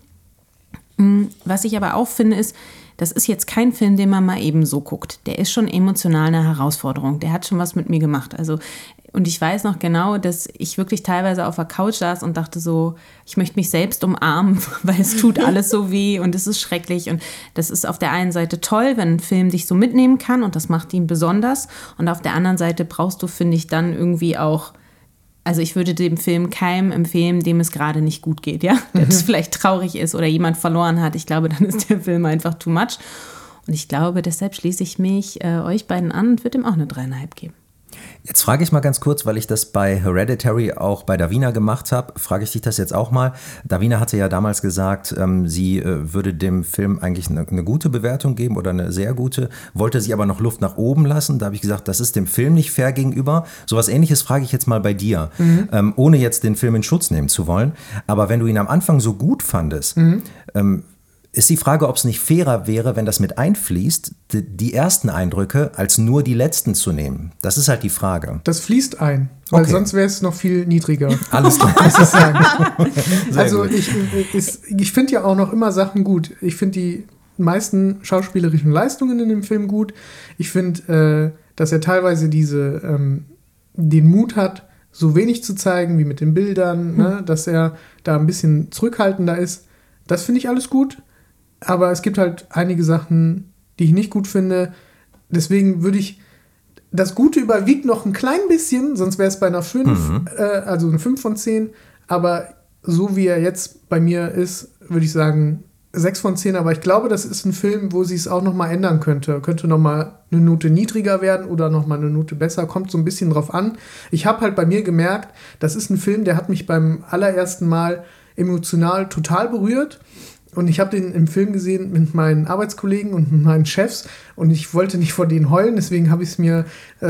S3: Was ich aber auch finde, ist, das ist jetzt kein Film, den man mal eben so guckt. Der ist schon emotional eine Herausforderung. Der hat schon was mit mir gemacht. Also, und ich weiß noch genau, dass ich wirklich teilweise auf der Couch saß und dachte so, ich möchte mich selbst umarmen, weil es tut alles so weh und es ist schrecklich. Und das ist auf der einen Seite toll, wenn ein Film dich so mitnehmen kann und das macht ihn besonders. Und auf der anderen Seite brauchst du, finde ich, dann irgendwie auch, also ich würde dem Film keinem empfehlen, dem es gerade nicht gut geht, ja, der das vielleicht traurig ist oder jemand verloren hat. Ich glaube, dann ist der Film einfach too much. Und ich glaube, deshalb schließe ich mich euch beiden an und würde ihm auch eine 3,5 geben.
S1: Jetzt frage ich mal ganz kurz, weil ich das bei Hereditary auch bei Davina gemacht habe, frage ich dich das jetzt auch mal. Davina hatte ja damals gesagt, sie würde dem Film eigentlich eine gute Bewertung geben oder eine sehr gute, wollte sich aber noch Luft nach oben lassen. Da habe ich gesagt, das ist dem Film nicht fair gegenüber. Sowas Ähnliches frage ich jetzt mal bei dir, ohne jetzt den Film in Schutz nehmen zu wollen. Aber wenn du ihn am Anfang so gut fandest, ist die Frage, ob es nicht fairer wäre, wenn das mit einfließt, die ersten Eindrücke als nur die letzten zu nehmen. Das ist halt die Frage.
S4: Das fließt ein, weil
S1: Okay.
S4: sonst wäre es noch viel niedriger.
S1: Alles klar.
S4: Muss ich sagen.
S1: Sehr
S4: Also
S1: gut.
S4: ich finde ja auch noch immer Sachen gut. Ich finde die meisten schauspielerischen Leistungen in dem Film gut. Ich finde, dass er teilweise den Mut hat, so wenig zu zeigen wie mit den Bildern, ne? Dass er da ein bisschen zurückhaltender ist. Das finde ich alles gut. Aber es gibt halt einige Sachen, die ich nicht gut finde. Deswegen würde ich, das Gute überwiegt noch ein klein bisschen, sonst wäre es bei einer 5, also eine 5 von 10. Aber so wie er jetzt bei mir ist, würde ich sagen 6 von 10. Aber ich glaube, das ist ein Film, wo sie es auch noch mal ändern könnte. Könnte noch mal eine Note niedriger werden oder noch mal eine Note besser. Kommt so ein bisschen drauf an. Ich habe halt bei mir gemerkt, das ist ein Film, der hat mich beim allerersten Mal emotional total berührt. Und ich habe den im Film gesehen mit meinen Arbeitskollegen und mit meinen Chefs und ich wollte nicht vor denen heulen, deswegen habe ich es mir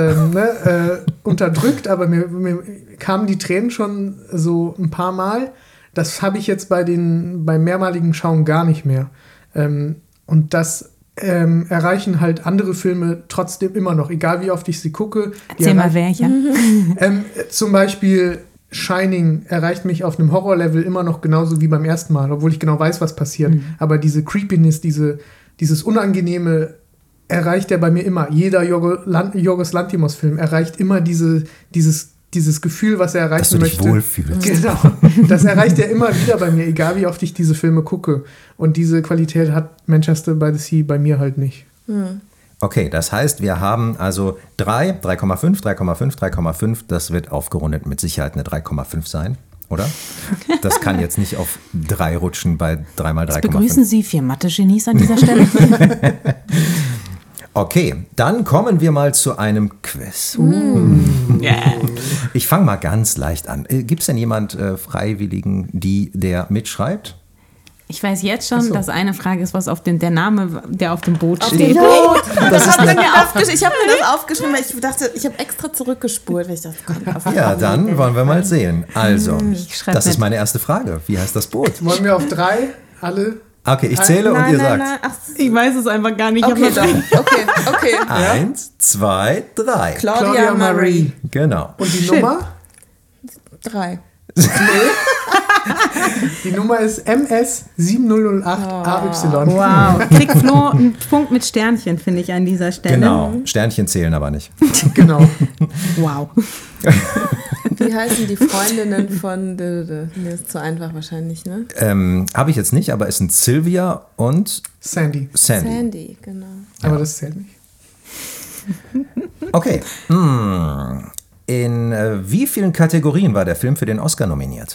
S4: unterdrückt, aber mir kamen die Tränen schon so ein paar Mal. Das habe ich jetzt beim mehrmaligen Schauen gar nicht mehr. Und das erreichen halt andere Filme trotzdem immer noch, egal wie oft ich sie gucke.
S3: Erzähl mal welcher.
S4: Zum Beispiel Shining erreicht mich auf einem Horror-Level immer noch genauso wie beim ersten Mal, obwohl ich genau weiß, was passiert. Aber diese Creepiness, dieses Unangenehme erreicht er bei mir immer. Jeder Yorgos Lanthimos-Film erreicht immer dieses Gefühl, was er erreichen möchte.
S1: Dass du dich wohlfühlst.
S4: Genau. Das erreicht er immer wieder bei mir, egal wie oft ich diese Filme gucke. Und diese Qualität hat Manchester by the Sea bei mir halt nicht.
S1: Okay, das heißt, wir haben also 3, 3,5, 3,5, 3,5. Das wird aufgerundet mit Sicherheit eine 3,5 sein, oder? Das kann jetzt nicht auf 3 rutschen bei 3 mal 3,5.
S3: Begrüßen Sie 4 Mathe-Genies an dieser Stelle.
S1: Okay, dann kommen wir mal zu einem Quiz. Ich fange mal ganz leicht an. Gibt es denn jemand Freiwilligen, der mitschreibt?
S3: Ich weiß jetzt schon, dass eine Frage ist, was der Name, der auf dem Boot
S2: Auf
S3: steht.
S2: dem Boot. Das ich habe mir das aufgeschrieben, weil ich dachte, ich habe extra zurückgespult. Weil ich dachte, Gott,
S1: Ja, dann wollen wir mal sehen. Also,
S3: Ich schreib
S1: das ist
S3: mit.
S1: meine erste Frage. Wie heißt das Boot?
S4: Wollen wir auf 3 alle?
S1: Okay, ich zähle und ihr sagt.
S2: Ach,
S3: Ich weiß es einfach gar nicht.
S2: okay, doch. Okay.
S1: 1, 2, 3.
S2: Claudia Marie.
S1: Genau.
S4: Und die Nummer?
S2: 3.
S4: Die Nummer ist MS7008AY.
S3: Wow. Kriegt Flo einen Punkt mit Sternchen, finde ich, an dieser Stelle.
S1: Genau, Sternchen zählen aber nicht.
S4: Genau.
S3: Wow.
S2: Wie heißen die Freundinnen von... Nee, ist zu einfach wahrscheinlich, ne?
S1: Habe ich jetzt nicht, aber es sind Sylvia und
S4: Sandy.
S2: Sandy, genau.
S4: Aber das zählt nicht.
S1: Okay. In wie vielen Kategorien war der Film für den Oscar nominiert?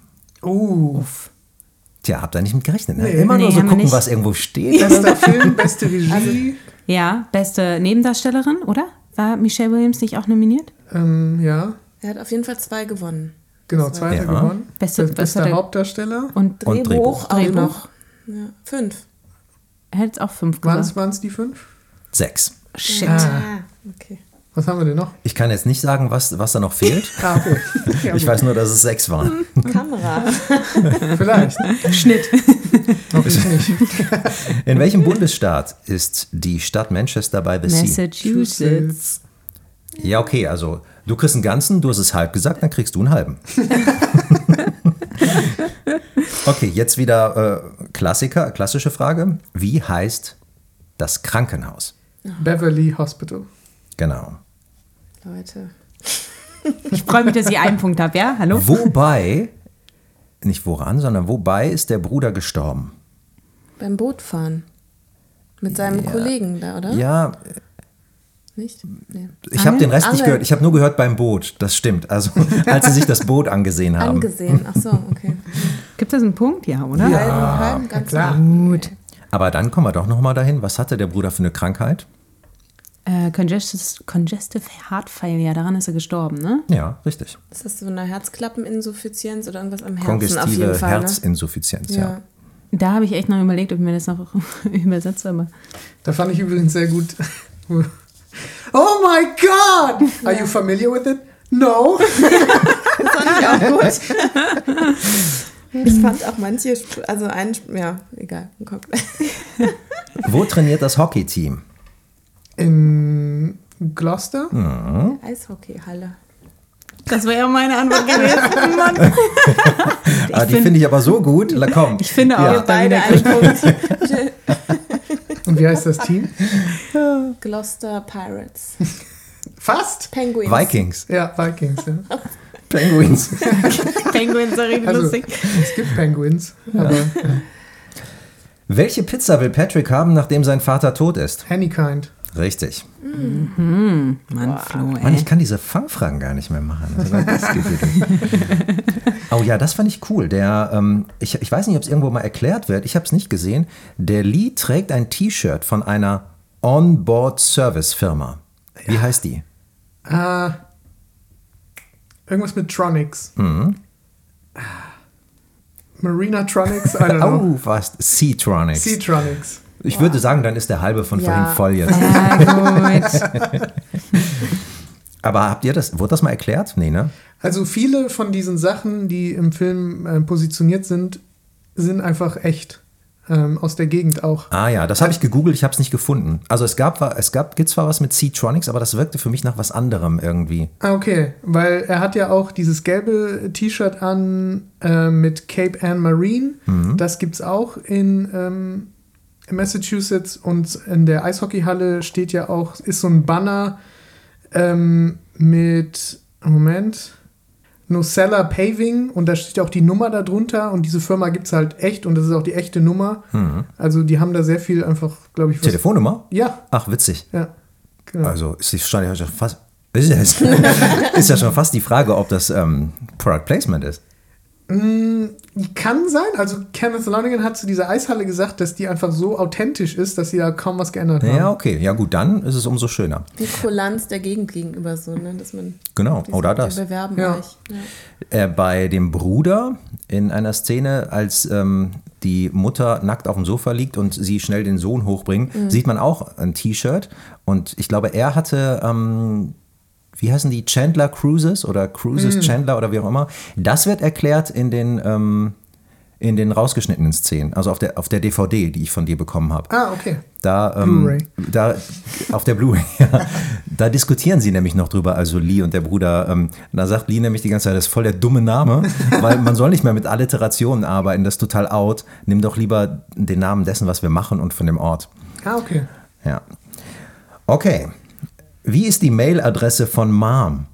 S1: Tja, habt ihr nicht mit gerechnet, ne?
S4: Nee.
S1: Immer nur
S3: Nee,
S1: so
S3: haben wir
S1: gucken,
S3: nicht.
S1: was irgendwo steht.
S4: Bester Film, beste Regie.
S3: Ja, beste Nebendarstellerin, oder? War Michelle Williams nicht auch nominiert?
S4: Ja,
S2: Er hat auf jeden Fall 2 gewonnen.
S4: genau, 2 hat er
S1: Ja.
S4: gewonnen.
S3: Bester
S4: Bester Hauptdarsteller.
S3: Und
S1: Drehbuch.
S2: Auch
S3: Drehbuch.
S2: noch. Ja, 5.
S3: er hätte es auch 5 gesagt.
S4: Waren es die 5?
S1: 6.
S3: Shit.
S2: Okay.
S4: Was haben wir denn noch?
S1: Ich kann jetzt nicht sagen, was da noch fehlt.
S4: Okay. Ja,
S1: Ich
S4: gut.
S1: weiß nur, dass es 6 waren.
S2: Kamera.
S4: Vielleicht.
S3: Schnitt.
S4: Hoffentlich nicht.
S1: In welchem Bundesstaat ist die Stadt Manchester by the Sea?
S3: Massachusetts.
S1: Ja, okay, also du kriegst einen ganzen, du hast es halb gesagt, dann kriegst du einen halben. Okay, jetzt wieder klassische Frage. Wie heißt das Krankenhaus?
S4: Beverly Hospital.
S1: Genau.
S2: Leute.
S3: Ich freue mich, dass ich einen Punkt habe, ja? Hallo?
S1: Wobei, nicht woran, sondern wobei ist der Bruder gestorben?
S2: Beim Bootfahren. Mit seinem Kollegen da, oder?
S1: Ja,
S2: Nicht? Nee.
S1: ich habe den Rest nicht
S2: Angeln.
S1: gehört. Ich habe nur gehört beim Boot, das stimmt. Also als sie sich das Boot angesehen haben.
S2: Angesehen. Ach so, okay.
S3: Gibt es einen Punkt? Ja, oder?
S2: Halben, ganz
S4: klar.
S3: Gut.
S1: Aber dann kommen wir doch nochmal dahin. Was hatte der Bruder für eine Krankheit?
S3: Congestive Heart Failure, daran ist er gestorben, ne?
S1: Ja, richtig.
S2: Ist das so eine Herzklappeninsuffizienz oder irgendwas am Herzen auf jeden
S1: Kongestive
S2: Fall?
S1: Herzinsuffizienz,
S2: Ne?
S1: ja.
S3: Da habe ich echt noch überlegt, ob ich mir das noch übersetze, aber
S4: Da fand ich übrigens sehr gut. Oh my God! Are you familiar with it? No.
S2: Ich fand auch manche, also ja, egal.
S1: Wo trainiert das Hockeyteam?
S4: In Gloucester?
S2: Eishockeyhalle.
S3: das wäre ja meine Antwort gewesen. Mann.
S1: Die finde ich aber so gut. La, komm.
S3: Ich finde auch,
S1: Ja.
S2: Beide einen Punkt.
S4: Und wie heißt das Team?
S2: Gloucester Pirates.
S4: Fast?
S2: Penguins.
S1: Vikings.
S4: Ja, Vikings. Ja.
S1: Penguins.
S3: Penguins sind richtig
S4: Also,
S3: lustig.
S4: es gibt Penguins, aber
S1: Welche Pizza will Patrick haben, nachdem sein Vater tot ist?
S4: Anykind.
S1: Richtig.
S3: Mann, Flo,
S1: Mann,
S3: ey.
S1: ich kann diese Fangfragen gar nicht mehr machen. Also, das geht wieder. Oh ja, das fand ich cool. Ich weiß nicht, ob es irgendwo mal erklärt wird. Ich habe es nicht gesehen. Der Lee trägt ein T-Shirt von einer On-Board-Service-Firma. Wie heißt die?
S4: Irgendwas mit Tronics. Marinatronics? I don't know.
S1: Oh, fast. Sea-Tronics.
S4: Seatronics.
S1: Ich würde sagen, dann ist der halbe von vorhin voll jetzt.
S3: Ja, gut.
S1: Aber wurde das mal erklärt? Nee, ne?
S4: Also viele von diesen Sachen, die im Film positioniert sind, sind einfach echt. Aus der Gegend auch.
S1: Ah ja, das habe ich gegoogelt, ich habe es nicht gefunden. Also gibt zwar was mit Seatronics, aber das wirkte für mich nach was anderem irgendwie.
S4: Ah, okay. Weil er hat ja auch dieses gelbe T-Shirt an mit Cape Ann Marine. Das gibt's auch in Massachusetts, und in der Eishockeyhalle steht ja auch, ist so ein Banner mit, Nocella Paving, und da steht auch die Nummer darunter, und diese Firma gibt es halt echt, und das ist auch die echte Nummer. Also die haben da sehr viel einfach, glaube ich, was.
S1: Telefonnummer?
S4: Ja,
S1: Ach, witzig.
S4: ja, genau.
S1: Also ist ja schon fast die Frage, ob das Product Placement ist.
S4: Kann sein. Also Kenneth Lonergan hat zu dieser Eishalle gesagt, dass die einfach so authentisch ist, dass sie da kaum was geändert haben.
S1: Ja, okay. Ja gut, dann ist es umso schöner.
S2: Wie Kulanz der Gegend gegenüber so, ne? Dass man
S1: Genau, oder
S2: die
S1: das.
S2: bewerben
S4: Ja.
S2: euch. Ja.
S1: Bei dem Bruder in einer Szene, als die Mutter nackt auf dem Sofa liegt und sie schnell den Sohn hochbringen, sieht man auch ein T-Shirt. Und ich glaube, er hatte, wie heißen die, Chandler Cruises oder Cruises Chandler oder wie auch immer. Das wird erklärt in in den rausgeschnittenen Szenen, also auf der DVD, die ich von dir bekommen habe.
S4: Ah, okay.
S1: Blu-ray. Auf der Blu-ray, ja. Da diskutieren sie nämlich noch drüber, also Lee und der Bruder. Da sagt Lee nämlich die ganze Zeit, das ist voll der dumme Name, weil man soll nicht mehr mit Alliterationen arbeiten, das ist total out. Nimm doch lieber den Namen dessen, was wir machen und von dem Ort.
S4: Ah, okay.
S1: Ja. Okay. Wie ist die Mailadresse von Mom?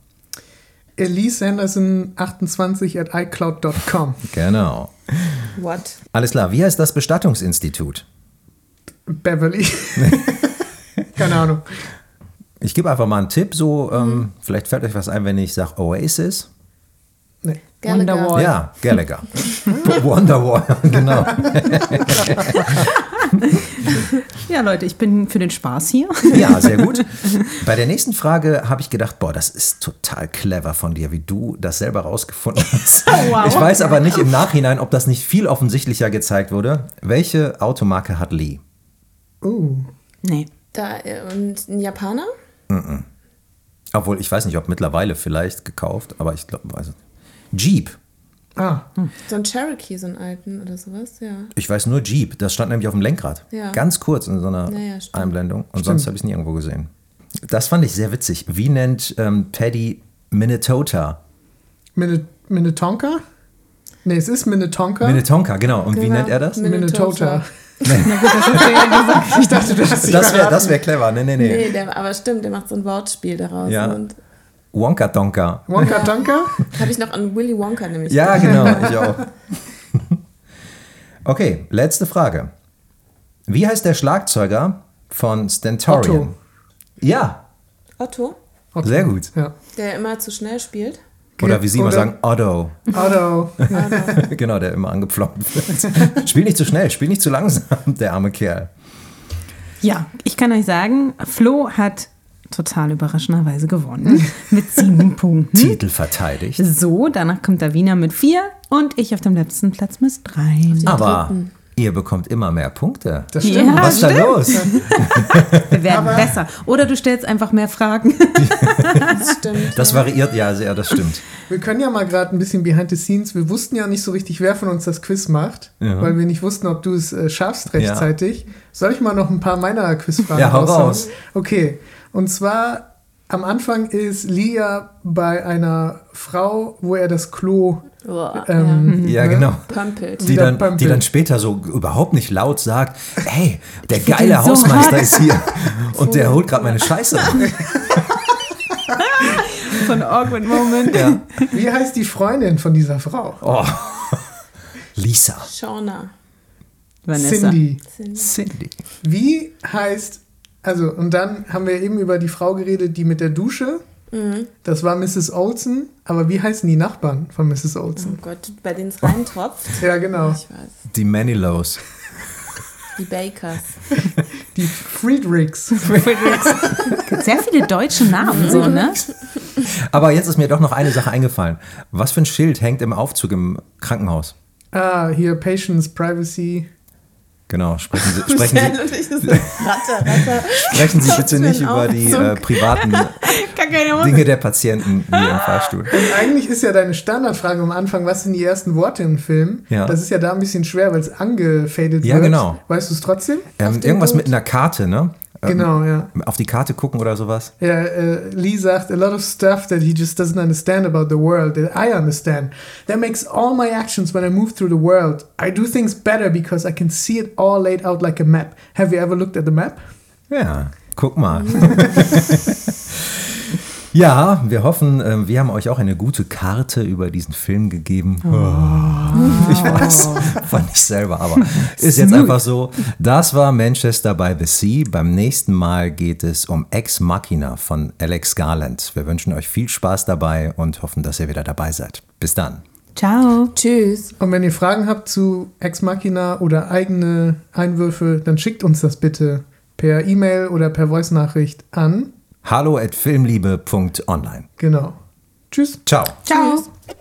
S4: EliseSanderson28@icloud.com.
S1: Genau.
S2: What?
S1: Alles klar. Wie heißt das Bestattungsinstitut?
S4: Beverly. Keine Ahnung.
S1: Ich gebe einfach mal einen Tipp, so vielleicht fällt euch was ein, wenn ich sage Oasis.
S4: Nee.
S3: Wonderwall.
S1: Ja, Gallagher. Wonderwall, genau.
S3: Ja, Leute, ich bin für den Spaß hier.
S1: Ja, sehr gut. Bei der nächsten Frage habe ich gedacht, boah, das ist total clever von dir, wie du das selber rausgefunden hast.
S3: Wow.
S1: Ich weiß aber nicht im Nachhinein, ob das nicht viel offensichtlicher gezeigt wurde. Welche Automarke hat Lee?
S3: Nee.
S2: Und ein Japaner?
S1: Obwohl, ich weiß nicht, ob mittlerweile vielleicht gekauft, aber ich glaube, also Jeep.
S4: Ah,
S2: So ein Cherokee, so einen alten oder sowas, ja.
S1: Ich weiß nur Jeep. Das stand nämlich auf dem Lenkrad.
S2: Ja.
S1: Ganz kurz in so einer
S2: Ja, stimmt.
S1: Einblendung. Und sonst habe ich es nie irgendwo gesehen. Das fand ich sehr witzig. Wie nennt Paddy Minnesota?
S4: Minnetonka? Nee, es ist Minnetonka.
S1: Minnetonka, genau. Und wie
S2: Genau.
S1: nennt er das?
S4: Minnesota.
S3: Na gut, das hast du ja gesagt.
S4: Ich dachte, du hast dich
S1: Das wär clever. Nee.
S2: Nee, aber stimmt, der macht so ein Wortspiel daraus.
S1: Ja.
S2: Und
S1: Wonka Tonka.
S4: Wonka Tonka?
S2: habe ich noch an Willy Wonka nämlich.
S1: Ja, genau. Ich auch. Okay, letzte Frage. Wie heißt der Schlagzeuger von Stentorian?
S4: Otto.
S1: Ja,
S2: Otto,
S1: sehr gut.
S4: Ja.
S2: der immer zu schnell spielt.
S1: Oder wie Sie mal
S4: Oder-
S1: sagen, Otto.
S4: Otto.
S1: Genau, der immer angepfloppt wird. Spiel nicht zu schnell, spiel nicht zu langsam, der arme Kerl.
S3: Ja, ich kann euch sagen, Flo hat total überraschenderweise gewonnen mit 7 Punkten.
S1: Titel verteidigt.
S3: So, danach kommt Davina mit 4 und ich auf dem letzten Platz mit 3.
S1: Aber ihr bekommt immer mehr Punkte.
S4: Das stimmt.
S3: Ja,
S1: Was ist da los?
S3: wir werden besser. Oder du stellst einfach mehr Fragen.
S2: Das stimmt.
S1: Das variiert ja sehr, das stimmt.
S4: Wir können ja mal gerade ein bisschen behind the scenes. Wir wussten ja nicht so richtig, wer von uns das Quiz macht, weil wir nicht wussten, ob du es schaffst rechtzeitig. Soll ich mal noch ein paar meiner Quizfragen
S1: Ja, hau
S4: raushauen?
S1: raus.
S4: Okay, und zwar am Anfang ist Lia bei einer Frau, wo er das Klo
S2: Boah,
S1: Ja, genau.
S2: Pömpelt.
S1: Die
S4: Wieder
S1: dann, die dann später so überhaupt nicht laut sagt, hey, der
S3: find
S1: geile
S3: den so
S1: Hausmeister
S3: hot.
S1: ist hier und der holt gerade meine Scheiße.
S3: So ein awkward Moment.
S1: Ja.
S4: Wie heißt die Freundin von dieser Frau?
S1: Oh. Lisa.
S2: Shauna.
S3: Vanessa.
S1: Cindy.
S4: Wie heißt, also, und dann haben wir eben über die Frau geredet, die mit der Dusche. Das war Mrs. Olsen. Aber wie heißen die Nachbarn von Mrs.
S2: Oh
S4: Olsen?
S2: Gott, bei denen es reintropft.
S4: Ja, genau.
S2: Ich weiß.
S1: Die Manilows.
S2: Die Bakers.
S4: Die Friedrichs.
S3: Gibt sehr viele deutsche Namen, so, ne?
S1: Aber jetzt ist mir doch noch eine Sache eingefallen. Was für ein Schild hängt im Aufzug im Krankenhaus?
S4: Ah, hier Patients, Privacy.
S1: Genau, sprechen Sie bitte
S2: für
S1: nicht
S2: ein
S1: über die
S2: Aufzug?
S1: privaten Dinge der Patienten hier im Fahrstuhl.
S4: Und eigentlich ist ja deine Standardfrage am Anfang, was sind die ersten Worte im Film?
S1: Ja.
S4: Das ist ja da ein bisschen schwer, weil es angefadet
S1: Ja,
S4: wird.
S1: genau.
S4: Weißt du es trotzdem?
S1: Irgendwas mit einer Karte, ne?
S4: Genau, ja.
S1: Auf die Karte gucken oder sowas.
S4: Ja, Lee sagt, a lot of stuff that he just doesn't understand about the world that I understand. That makes all my actions when I move through the world. I do things better because I can see it all laid out like a map. Have you ever looked at the map?
S1: Ja, guck mal. Ja, wir hoffen, wir haben euch auch eine gute Karte über diesen Film gegeben. Ich weiß, fand ich selber, aber ist jetzt einfach so. Das war Manchester by the Sea. Beim nächsten Mal geht es um Ex Machina von Alex Garland. Wir wünschen euch viel Spaß dabei und hoffen, dass ihr wieder dabei seid. Bis dann.
S3: Ciao.
S2: Tschüss.
S4: Und wenn ihr Fragen habt zu Ex Machina oder eigene Einwürfe, dann schickt uns das bitte per E-Mail oder per Voice-Nachricht an.
S1: hallo@filmliebe.online.
S4: Genau. Tschüss.
S1: Ciao.
S3: Ciao.
S2: Tschüss.